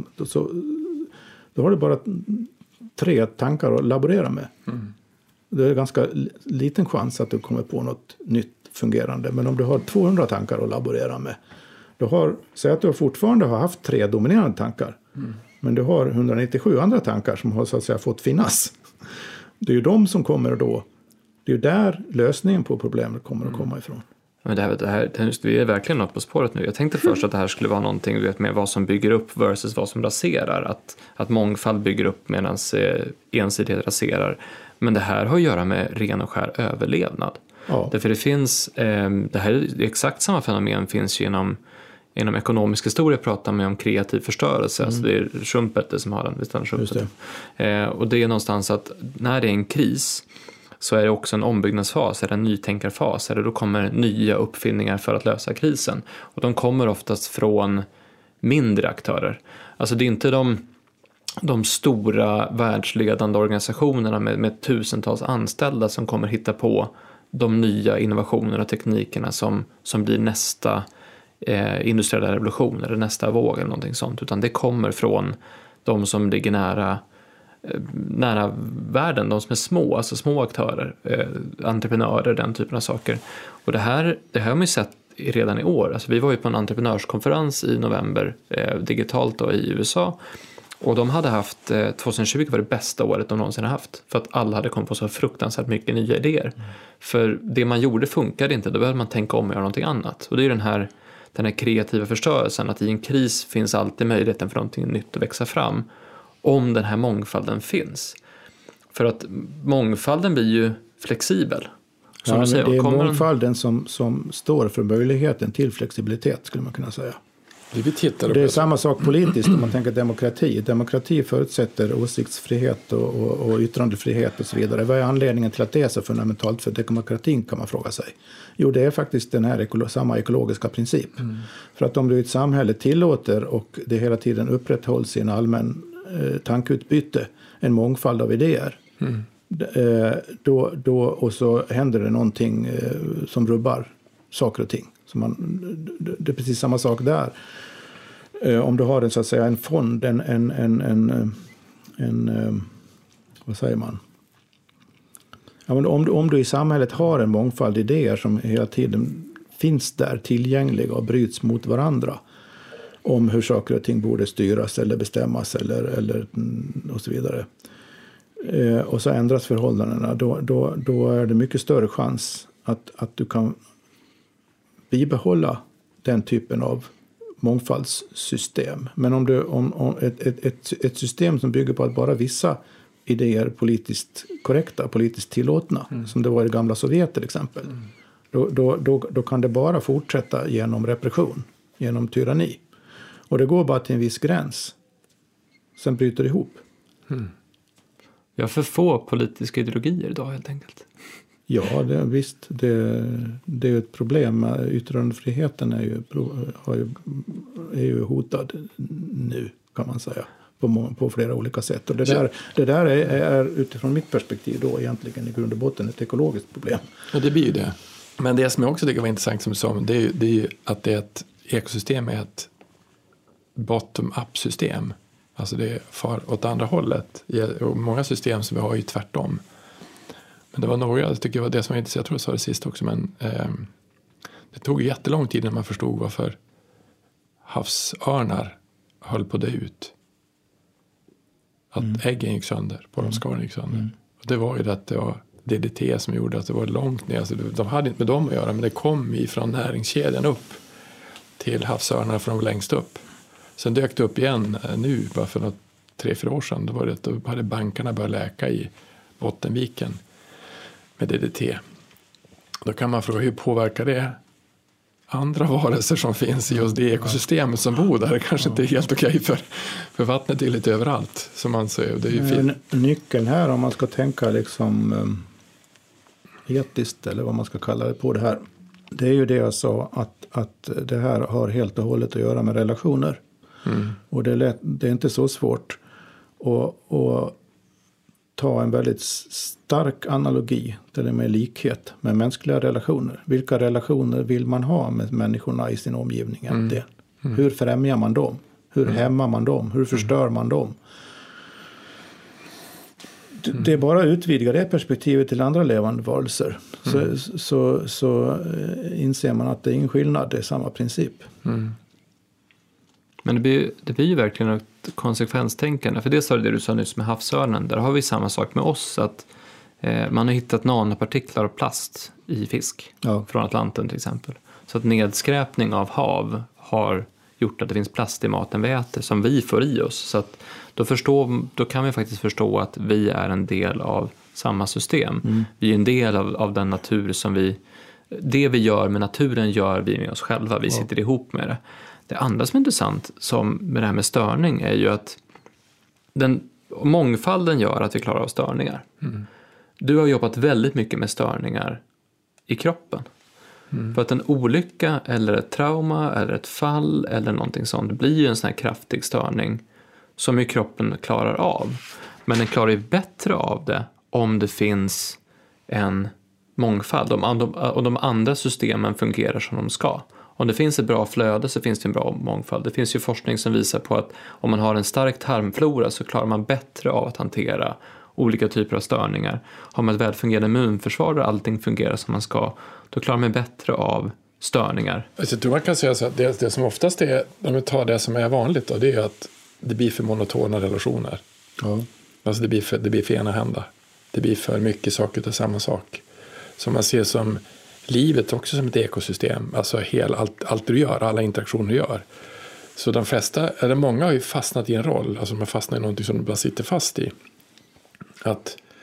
då har du bara 3 tankar att laborera med. Mm. Det är ganska liten chans att du kommer på något nytt fungerande. Men om du har 200 tankar att laborera med, säg att du fortfarande har haft 3 dominerande tankar. Mm. Men du har 197 andra tankar som har så att säga fått finnas. Det är ju de som kommer då. Det är ju där lösningen på problemet kommer att komma ifrån. Men vi är verkligen något på spåret nu. Jag tänkte först att det här skulle vara någonting med vad som bygger upp versus vad som raserar. Att mångfald bygger upp medan ensidighet raserar. Men det här har att göra med ren och skär överlevnad. Ja. Därför det finns, det här är exakt samma fenomen finns inom ekonomisk historia pratar man om kreativ förstörelse. Mm. Alltså det är Schumpeter som har den. Och det är någonstans att när det är en kris så är det också en ombyggnadsfas, är det en nytänkarfas, eller då kommer nya uppfinningar för att lösa krisen. Och de kommer oftast från mindre aktörer. Alltså det är inte de stora världsledande organisationerna med tusentals anställda som kommer hitta på de nya innovationerna och teknikerna som blir nästa industriella revolution eller nästa våg eller någonting sånt. Utan det kommer från de som ligger nära världen, de som är små, alltså små aktörer, entreprenörer, den typen av saker. Och det här har man ju sett redan i år. Alltså vi var ju på en entreprenörskonferens i november digitalt då, i USA. Och de hade haft, 2020 var det bästa året de någonsin haft. För att alla hade kommit på så fruktansvärt mycket nya idéer. Mm. För det man gjorde funkade inte, då behövde man tänka om och göra någonting annat. Och det är den här kreativa förstörelsen, att i en kris finns alltid möjligheten för någonting nytt att växa fram. Om den här mångfalden finns. För att mångfalden blir ju flexibel. Som du säger, det är mångfalden som står för möjligheten till flexibilitet, skulle man kunna säga. Det är samma sak politiskt om man tänker demokrati. Demokrati förutsätter åsiktsfrihet och yttrandefrihet och så vidare. Vad är anledningen till att det är så fundamentalt för demokratin, kan man fråga sig? Jo, det är faktiskt den här samma ekologiska princip. För att om du i ett samhälle tillåter och det hela tiden upprätthålls i en allmän tankeutbyte, en mångfald av idéer, då och så händer det någonting som rubbar saker och ting. Det är precis samma sak där. Om du har en, så att säga, en fond, vad säger man? Ja, men om du i samhället har en mångfald idéer som hela tiden finns där tillgängliga och bryts mot varandra om hur saker och ting borde styras eller bestämmas eller och så vidare. Och så ändras förhållandena, då är det mycket större chans att du kan bibehålla den typen av mångfaldssystem. Men om ett system som bygger på att bara vissa idéer är politiskt korrekta, politiskt tillåtna, som det var i det gamla Sovjet till exempel, då kan det bara fortsätta genom repression, genom tyranni. Och det går bara till en viss gräns. Sen bryter det ihop. Vi har för få politiska ideologier idag helt enkelt. Ja, visst. Det är ett problem. Yttrandefriheten är ju hotad nu, kan man säga. På flera olika sätt. Och det där är utifrån mitt perspektiv då egentligen i grund och botten ett ekologiskt problem. Ja, det blir ju det. Men det som jag också tycker var intressant som du sa, det är ju att det är ett ekosystem är ett bottom-up-system. Alltså det far åt andra hållet. Och många system som vi har är ju tvärtom. Men det var några, jag tycker det var det som var intressant, jag tror jag sa det sist också, men det tog jättelång tid när man förstod varför havsörnar höll på det ut. Att äggen gick sönder, porrskalen gick sönder. Och det var ju att det var DDT som gjorde att det var långt ner. Alltså de hade inte med dem att göra, men det kom ifrån näringskedjan upp till havsörnar från längst upp. Sen dök det upp igen nu, bara för 3-4 år sedan. Då hade bankarna börjat läka i Bottenviken med DDT. Då kan man fråga, hur påverkar det andra varelser som finns i just det ekosystemet som bor där? Det kanske inte är helt okej för vattnet är lite överallt, som man säger. Det är ju fint. Nyckeln här, om man ska tänka liksom etiskt eller vad man ska kalla det på det här, det är ju det jag sa, att det här har helt och hållet att göra med relationer. Och det är inte så svårt att ta en väldigt stark analogi, till och med likhet med mänskliga relationer. Vilka relationer vill man ha med människorna i sin omgivning? Hur främjar man dem? Hur hämmar man dem? Hur förstör man dem? Det är bara att utvidga det perspektivet till andra levande varelser. Så inser man att det är ingen skillnad, det är samma princip. Men det blir ju verkligen ett konsekvenstänkande. För det sa det du sa nyss med havsörnen. Där har vi samma sak med oss. Att man har hittat nanopartiklar av plast i fisk. Ja. Från Atlanten till exempel. Så att nedskräpning av hav har gjort att det finns plast i maten vi äter. Som vi får i oss. Så att då kan vi faktiskt förstå att vi är en del av samma system. Vi är en del av den natur som det vi gör med naturen gör vi med oss själva. Vi sitter ihop med det. Det andra som är intressant med det här med störning är ju att mångfalden gör att vi klarar av störningar. Du har jobbat väldigt mycket med störningar i kroppen. För att en olycka eller ett trauma eller ett fall eller någonting sånt blir ju en sån här kraftig störning som ju kroppen klarar av. Men den klarar ju bättre av det om det finns en mångfald. Och de andra systemen fungerar som de ska. Om det finns ett bra flöde så finns det en bra mångfald. Det finns ju forskning som visar på att om man har en stark tarmflora så klarar man bättre av att hantera olika typer av störningar. Har man ett välfungerande immunförsvar där allting fungerar som man ska, då klarar man bättre av störningar. Jag tror man kan säga så att det som oftast är, om vi tar det som är vanligt då, det är att det blir för monotona relationer. Ja. Alltså det blir för enahända. Det blir för mycket saker av samma sak. Som man ser som livet också som ett ekosystem. Alltså allt du gör, alla interaktioner du gör. Så de flesta, eller många har ju fastnat i en roll. Alltså de har fastnat i någonting som de bara sitter fast i. Att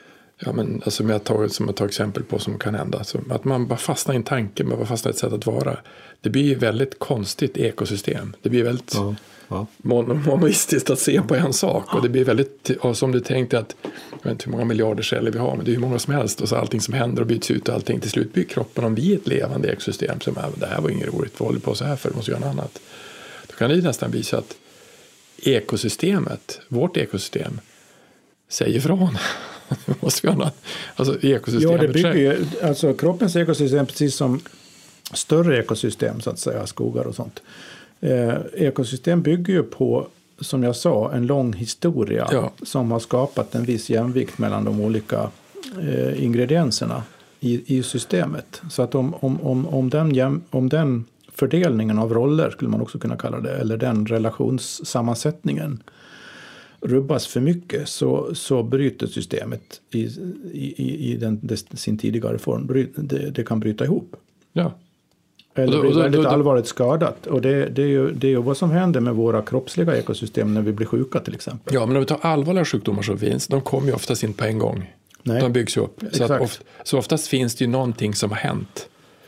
Ja, men alltså, som jag tar exempel på som kan hända. Så att man bara fastnar i en tanke, man bara fastnar i ett sätt att vara. Det blir ju väldigt konstigt ekosystem. Det blir väldigt monoistiskt att se på en sak. Och det blir väldigt, och som du tänkte att, jag vet inte hur många miljarder celler vi har, men det är hur många som helst. Och så allting som händer och byts ut och allting. Till slut blir kroppen, om vi är ett levande ekosystem, som det här var inget roligt, vi håller på så här för, vi måste göra något annat. Då kan det nästan bli så att ekosystemet, vårt ekosystem, säger ifrån. Måste vi alltså ekosystemet. Ja, det bygger ju, alltså kroppens ekosystem, precis som större ekosystem så att säga, skogar och sånt. Ekosystem bygger ju på, som jag sa, en lång historia som har skapat en viss jämvikt mellan de olika ingredienserna i systemet. Så att om den fördelningen av roller, skulle man också kunna kalla det, eller den relationssammansättningen rubbas för mycket, så bryter systemet i sin tidigare form. Det kan bryta ihop. Ja. Eller blir väldigt allvarligt skadat. Och det är ju vad som händer med våra kroppsliga ekosystem när vi blir sjuka till exempel. Ja, men om vi tar allvarliga sjukdomar som finns, de kommer ju oftast inte på en gång. Nej. De byggs upp. Så oftast finns det ju någonting som har hänt.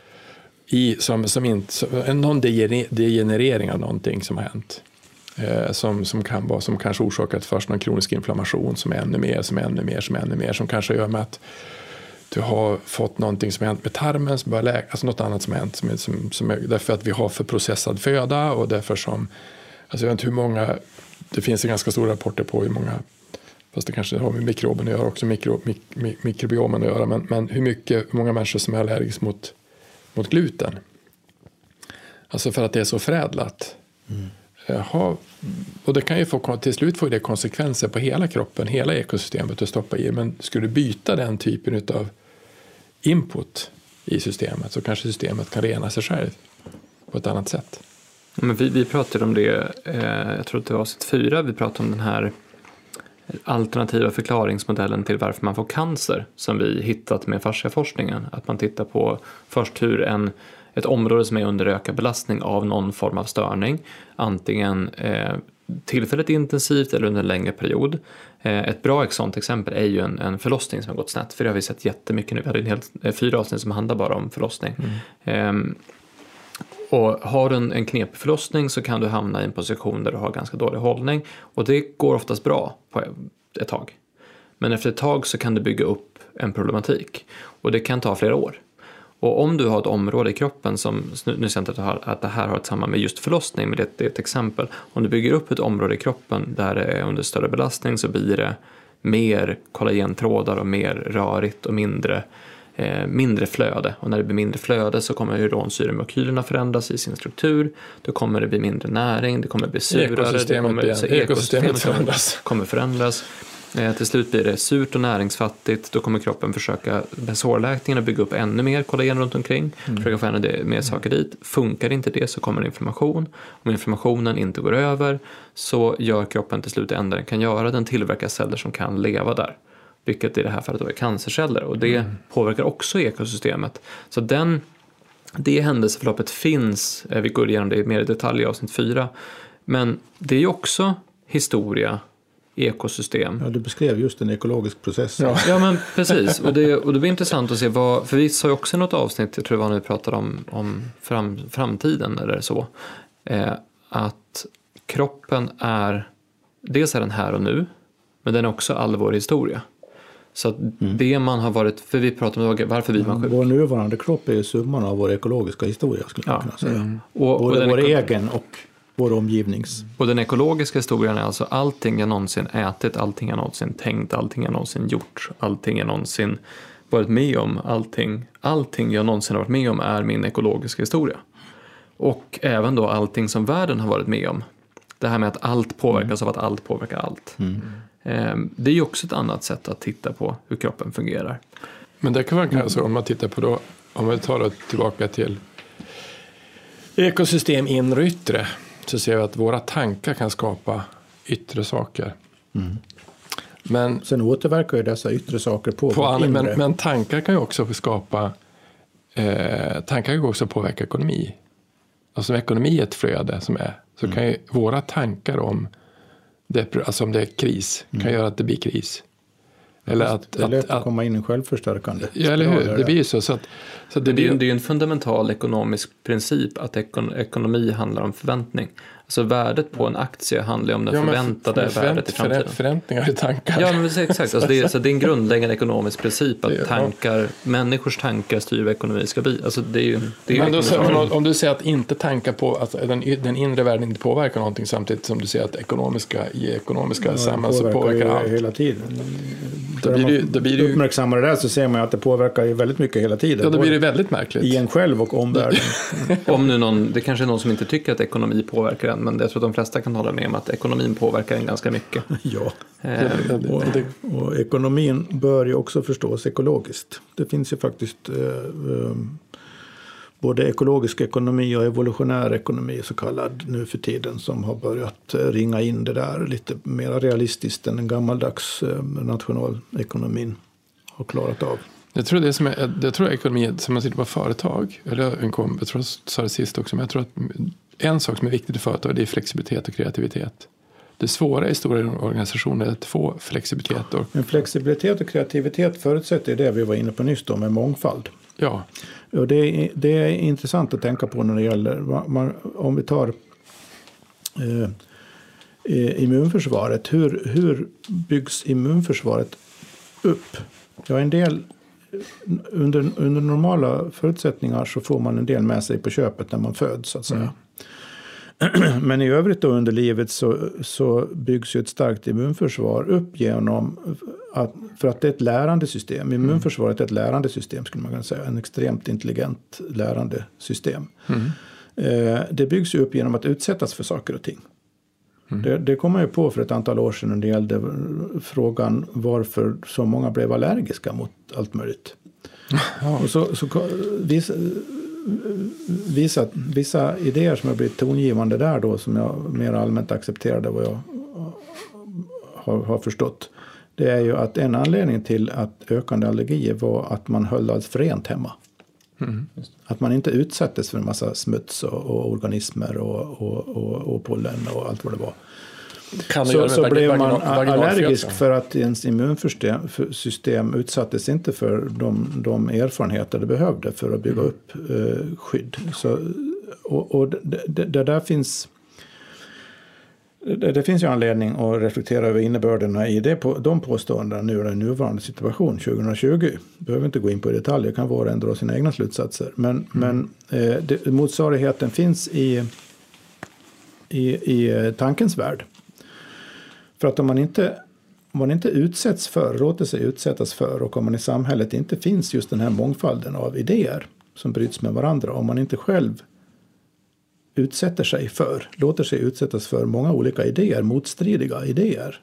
Någon degenerering av någonting som har hänt. Som kanske orsakat först någon kronisk inflammation som är ännu mer, som kanske gör med att du har fått någonting som har hänt med tarmen, som börjar alltså något annat som har hänt som är därför att vi har för processad föda, och därför som, alltså jag vet inte hur många, det finns en ganska stora rapporter på hur många, fast det kanske har med mikroben att göra också, mikrobiomen att göra, men hur många människor som är allergiska mot gluten. Alltså för att det är så förädlat. Och det kan ju till slut få det konsekvenser på hela kroppen, hela ekosystemet att stoppa i. Men skulle du byta den typen av input i systemet, så kanske systemet kan rena sig själv på ett annat sätt. Men vi pratade om det, jag tror att det var avsnitt 4, vi pratade om den här alternativa förklaringsmodellen till varför man får cancer, som vi hittat med fasciaforskningen. Att man tittar på först hur ett område som är under ökad belastning av någon form av störning, antingen tillfälligt intensivt eller under en längre period. Ett bra sådant exempel är ju en förlossning som har gått snett, för det har vi sett jättemycket nu. Vi hade en helt 4 avsnitt som handlar bara om förlossning. Och har du en knepig förlossning så kan du hamna i en position där du har ganska dålig hållning, och det går oftast bra på ett tag. Men efter ett tag så kan du bygga upp en problematik, och det kan ta flera år. Och om du har ett område i kroppen som, nu ser jag inte att det här har ett samband med just förlossning, men det är ett exempel. Om du bygger upp ett område i kroppen där det är under större belastning, så blir det mer kollagentrådar och mer rörigt och mindre flöde. Och när det blir mindre flöde så kommer hyaluronsyremolekylerna förändras i sin struktur. Då kommer det bli mindre näring, det kommer bli surare. Ekosystemet kommer förändras. Till slut blir det surt och näringsfattigt. Då kommer kroppen försöka med sårläkningen bygga upp ännu mer kollagen runt omkring. Försöka få ännu mer saker dit. Funkar inte det så kommer det inflammation. Om inflammationen inte går över så gör kroppen till slut det enda den kan göra. Den tillverkar celler som kan leva där. Vilket i det här fallet då är cancerceller. Och det påverkar också ekosystemet. Så det händelseförloppet finns. Vi går igenom det mer i detalj i avsnitt 4. Men det är ju också historia, ekosystem. Ja, du beskrev just en ekologisk process. Ja, men precis. Och det blir intressant att se för vi sa ju också i något avsnitt, jag tror det var när vi pratade om framtiden eller så, att kroppen dels är den här och nu, men den är också all vår historia. Så att det man har varit, för vi pratade om varför vi var sjuk. Vår nuvarande kropp är summan av vår ekologiska historia, skulle man kunna säga. Både vår egen och vår omgivnings. Och den ekologiska historien är alltså allting jag någonsin ätit, allting jag någonsin tänkt, allting jag någonsin gjort, allting jag någonsin varit med om, allting jag någonsin har varit med om är min ekologiska historia. Och även då allting som världen har varit med om. Det här med att allt påverkas av att allt påverkar allt. Det är ju också ett annat sätt att titta på hur kroppen fungerar. Men det kan vara så om man tittar på då, om vi tar det tillbaka till ekosystem inre och yttre, så ser vi att våra tankar kan skapa yttre saker. Men sen återverkar ju dessa yttre saker på inre. Men tankar kan ju också skapa tankar kan också påverka ekonomi. Alltså om ekonomi är ett flöde som är, så kan ju våra tankar om det är kris kan göra att det blir kris. Eller det är lätt att komma in i självförstärkande. Ja, eller hur? Det blir ju så det är ju en fundamental ekonomisk princip att ekonomi handlar om förväntning. Alltså värdet på en aktie handlar om den förväntade värdet i framtiden. Förväntningar i tankar. Ja, men exakt. Alltså det är en grundläggande ekonomisk princip att människors tankar styr vad ekonomi ska bli. Alltså om du säger att inte tanka på att den inre världen inte påverkar någonting, samtidigt som du säger att ekonomiska sammanhang så påverkar allt. Hela tiden. Då blir det uppmärksammar det där, så ser man att det påverkar ju väldigt mycket hela tiden. Ja, då blir det väldigt märkligt. I en själv och omvärlden. Om nu det kanske är någon som inte tycker att ekonomi påverkar en, men jag tror att de flesta kan hålla med om att ekonomin påverkar en ganska mycket. Ja. Och ekonomin bör ju också förstås ekologiskt. Det finns ju faktiskt både ekologisk ekonomi och evolutionär ekonomi, så kallad nu för tiden, som har börjat ringa in det där lite mer realistiskt än den gammaldags nationalekonomin har klarat av. Jag tror ekonomi, som man sitter på företag, eller jag tror jag sa det sist också, men jag tror att en sak som är viktigt i företag, det är flexibilitet och kreativitet. Det svåra i stora organisationer är att få flexibilitet. Men flexibilitet och kreativitet förutsätter det vi var inne på nyss då, med mångfald. Ja. Och det är intressant att tänka på när det gäller, om vi tar immunförsvaret. Hur byggs immunförsvaret upp? Ja, en del under normala förutsättningar så får man en del med sig på köpet när man föds, så att säga. Men i övrigt då under livet så byggs ju ett starkt immunförsvar upp genom för att det är ett lärande system. Immunförsvaret är ett lärande system, skulle man kunna säga. En extremt intelligent lärande system. Det byggs ju upp genom att utsättas för saker och ting. Det kom man ju på för ett antal år sedan när det gällde frågan varför så många blev allergiska mot allt möjligt. Och så vissa idéer som har blivit tongivande där då, som jag mer allmänt accepterade vad jag har förstått, det är ju att en anledning till att ökande allergier var att man höll allt för rent hemma. Att man inte utsattes för en massa smuts och organismer och pollen och allt vad det var. Så blev man allergisk för att ens immunsystem utsattes inte för de erfarenheter det behövde för att bygga upp skydd. Det finns ju anledning att reflektera över innebörderna i de påståendena nu i den nuvarande situation 2020. Behöver inte gå in på detaljer, kan var och en dra sina egna slutsatser. Men motsvarigheten finns i tankens värld. För att om man inte utsätts för, låter sig utsättas för, och om man i samhället inte finns just den här mångfalden av idéer som bryts med varandra, om man inte själv låter sig utsättas för många olika idéer, motstridiga idéer.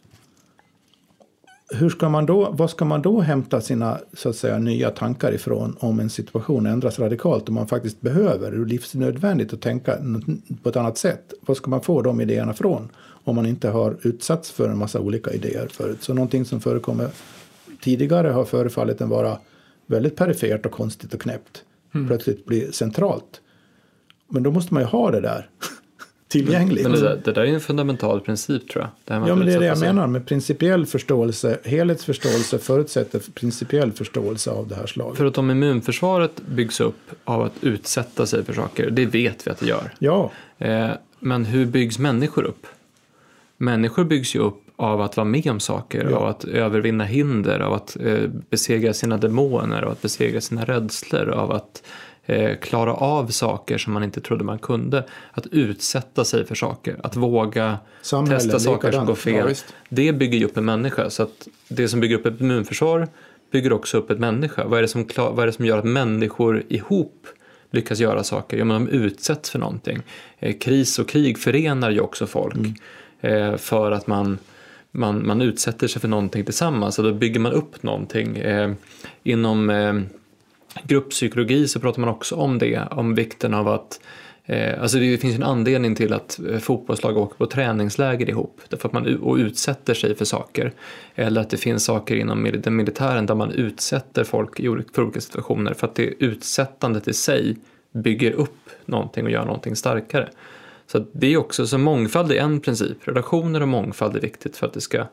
Vad ska man då hämta sina, så att säga, nya tankar ifrån om en situation ändras radikalt och man faktiskt behöver, det är livsnödvändigt att tänka på ett annat sätt? Vad ska man få de idéerna från om man inte har utsatts för en massa olika idéer förut? Så någonting som förekommer tidigare har förefallit att vara väldigt perifert och konstigt och knäppt. Plötsligt blir centralt. Men då måste man ju ha det där tillgängligt. Men det där är en fundamental princip, tror jag. Ja, men det är det jag menar med principiell förståelse. Helhetsförståelse förutsätter principiell förståelse av det här slaget. För att om immunförsvaret byggs upp av att utsätta sig för saker, det vet vi att det gör. Ja. Men hur byggs människor upp? Människor byggs ju upp av att vara med om saker, av att övervinna hinder, av att besegra sina demoner, av att besegra sina rädslor, av att klara av saker som man inte trodde man kunde, att utsätta sig för saker, att våga testa saker som går fel. Det bygger ju upp en människa, så att det som bygger upp ett immunförsvar bygger också upp ett människa. Vad är det som gör att människor ihop lyckas göra saker? Ja, men de utsätts för någonting. Kris och krig förenar ju också folk för att man utsätter sig för någonting tillsammans, så då bygger man upp någonting. Inom grupppsykologi så pratar man också om det, om vikten av att alltså det finns en anledning till att fotbollslag åker på träningsläger ihop, därför att man utsätter sig för saker, eller att det finns saker inom den militären där man utsätter folk för olika situationer, för att det utsättandet i sig bygger upp någonting och gör någonting starkare. Så det är också, så mångfald är en princip. Relationer och mångfald är viktigt för att det ska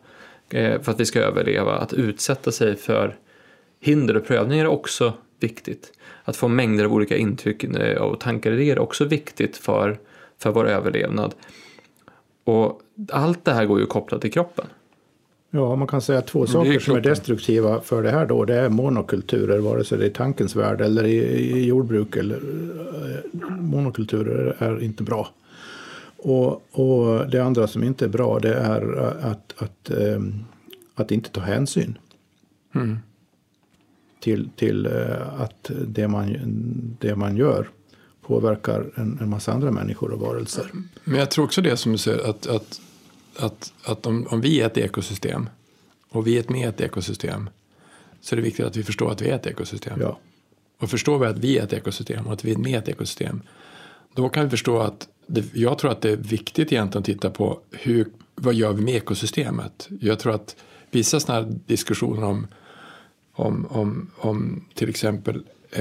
för att vi ska överleva. Att utsätta sig för hinder och prövningar är också viktigt. Att få mängder av olika intryck och tankar i det är också viktigt för vår överlevnad. Och allt det här går ju kopplat till kroppen. Ja, man kan säga 2 saker som är destruktiva för det här då. Det är monokulturer, vare sig det är i tankens värld eller i jordbruk. Eller, monokulturer är inte bra. Och det andra som inte är bra, det är att inte ta hänsyn till att det man gör påverkar en massa andra människor och varelser. Men jag tror också det som du säger, att om vi är ett ekosystem och vi är med i ett ekosystem, så är det viktigt att vi förstår att vi är ett ekosystem. Ja. Och förstår vi att vi är ett ekosystem och att vi är med i ett ekosystem, då kan vi förstå att jag tror att det är viktigt egentligen att titta på vad gör vi med ekosystemet. Jag tror att vissa sådana här diskussioner om till exempel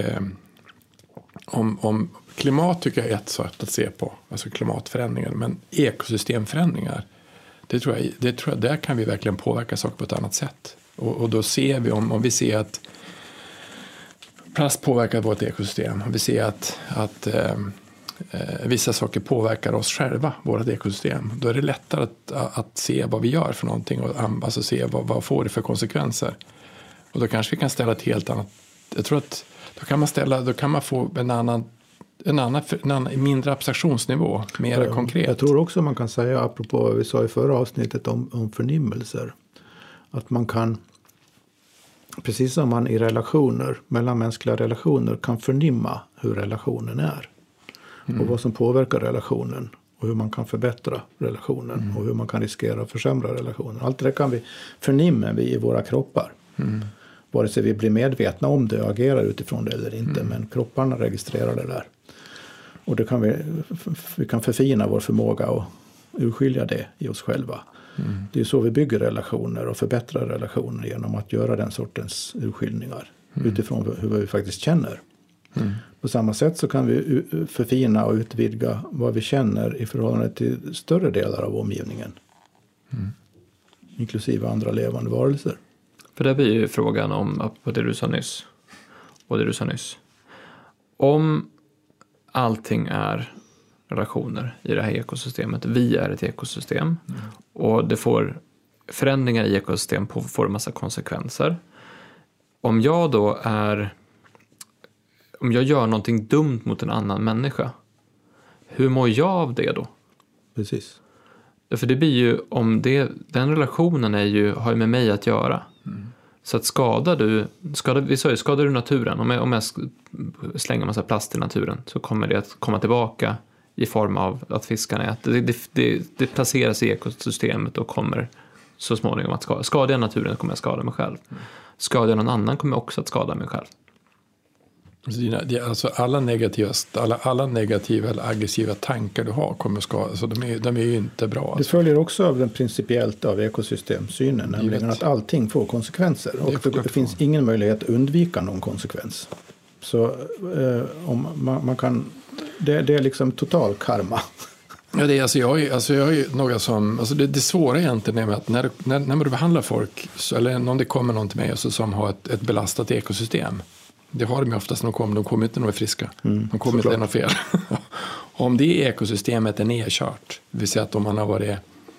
om klimat tycker jag är ett sätt att se på, alltså klimatförändringar, men ekosystemförändringar, det tror jag där kan vi verkligen påverka saker på ett annat sätt. Och då ser vi, om vi ser att plast påverkar vårt ekosystem, och vi ser att vissa saker påverkar oss själva, vårt ekosystem, då är det lättare att se vad vi gör för någonting och alltså se vad får det för konsekvenser. Och då kanske vi kan ställa ett helt annat, jag tror att då kan man få en annan mindre abstraktionsnivå, mer konkret. Jag tror också man kan säga, apropå vad vi sa i förra avsnittet om förnimmelser, att man kan, precis som man i relationer, mellanmänskliga relationer, kan förnimma hur relationen är. Och vad som påverkar relationen. Och hur man kan förbättra relationen. Och hur man kan riskera att försämra relationen. Allt det kan vi förnimma i våra kroppar. Vare sig vi blir medvetna om det och agerar utifrån det eller inte. Men kropparna registrerar det där. Och det kan vi kan förfina vår förmåga och urskilja det i oss själva. Det är så vi bygger relationer och förbättrar relationer, genom att göra den sortens urskiljningar utifrån hur vi faktiskt känner. På samma sätt så kan vi förfina och utvidga vad vi känner i förhållande till större delar av omgivningen. Inklusive andra levande varelser. För det blir ju frågan om på det du sa nyss. Om allting är relationer i det här ekosystemet. Vi är ett ekosystem. Och det får förändringar i ekosystem får en massa konsekvenser. Om jag gör någonting dumt mot en annan människa, hur mår jag av det då? Precis. För det blir ju, den relationen har ju med mig att göra. Så att skadar du naturen, om jag slänger en massa plast i naturen, så kommer det att komma tillbaka i form av att fiskarna äter. Det placeras i ekosystemet och kommer så småningom att skada. Skadar jag naturen kommer jag skada mig själv. Skadar jag någon annan kommer jag också att skada mig själv. Alltså alla negativa eller aggressiva tankar du har kommer att skada, så de är ju inte bra. Det följer också av den principiellt av ekosystemsynen, nämligen att allting får konsekvenser. Och det finns ingen möjlighet att undvika någon konsekvens. Så om man kan, det är liksom total karma. Ja, det är, jag har ju några som, alltså det svåra egentligen är att när du behandlar folk, eller om det kommer någon till mig som har ett belastat ekosystem. Det har de ju oftast när de kommer inte när de är friska. De kommer inte när de har fel. Om det ekosystemet är nedkört, det vill säga att om man har varit...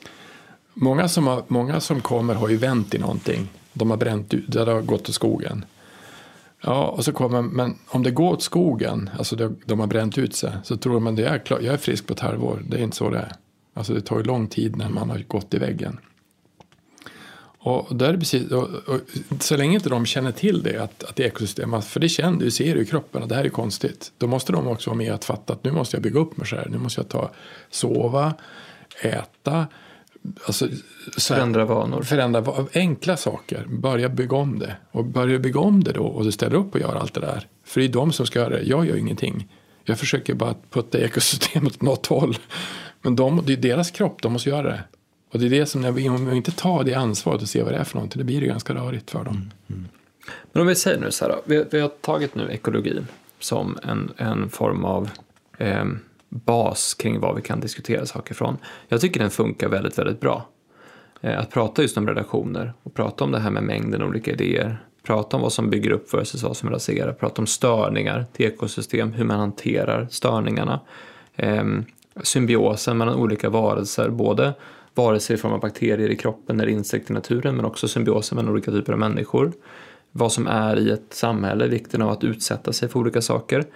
Många som kommer har ju vänt i någonting. De har bränt ut, det har gått till skogen. Ja, och så kommer, men om det går åt skogen, alltså de har bränt ut sig, så tror man det är klart, jag är frisk på ett halvår. Det är inte så det är. Alltså det tar ju lång tid när man har gått i väggen. Och där är det precis, och så länge inte de känner till det, att ekosystem, för det känner du, ser i kroppen att det här är konstigt, då måste de också vara med att fatta att nu måste jag bygga upp mig själv, nu måste jag sova, äta, alltså förändra vanor, enkla saker, börja bygga om det, och börja bygga om det då, och du ställer upp och gör allt det där, för det är de som ska göra det, jag gör ingenting, jag försöker bara putta ekosystemet åt något håll, men det är deras kropp, de måste göra det. Och det är det som, när vi inte tar det ansvaret och ser vad det är för någonting, det blir det ganska rörigt för dem. Men om vi säger nu så här då, vi har tagit nu ekologin som en form av bas kring vad vi kan diskutera saker från. Jag tycker den funkar väldigt, väldigt bra. att prata just om relationer och prata om det här med mängden olika idéer. Prata om vad som bygger upp versus vad som raserar. Prata om störningar till ekosystem, hur man hanterar störningarna. Symbiosen mellan olika varelser, både varelser i form av bakterier i kroppen eller insekter i naturen, men också symbiosen mellan olika typer av människor. Vad som är i ett samhälle, vikten av att utsätta sig för olika saker.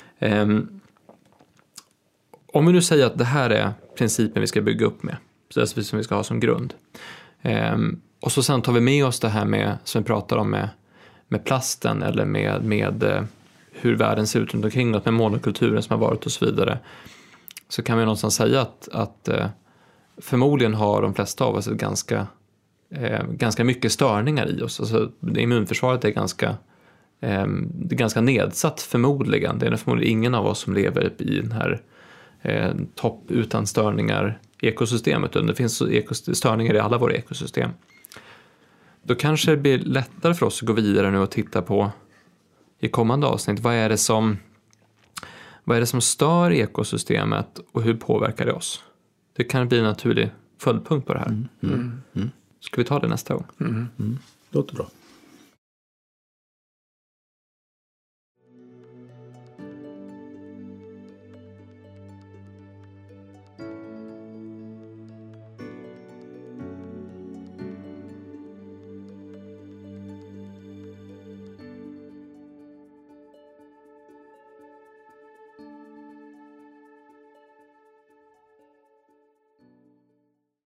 Om vi nu säger att det här är principen vi ska bygga upp med, så det är som vi ska ha som grund. Och så sen tar vi med oss det här med, som vi pratar om med plasten eller med hur världen ser ut runt omkring oss, med monokulturen som har varit och så vidare. Så kan vi någonstans säga att förmodligen har de flesta av oss ett ganska mycket störningar i oss. Alltså, immunförsvaret är ganska nedsatt förmodligen. Det är förmodligen ingen av oss som lever i den här topp utan störningar ekosystemet. Det finns störningar i alla våra ekosystem. Då kanske det blir lättare för oss att gå vidare nu och titta på i kommande avsnitt. Vad är det som stör ekosystemet och hur påverkar det oss? Det kan bli en naturlig följdpunkt på det här. Ska vi ta det nästa gång? Låter bra.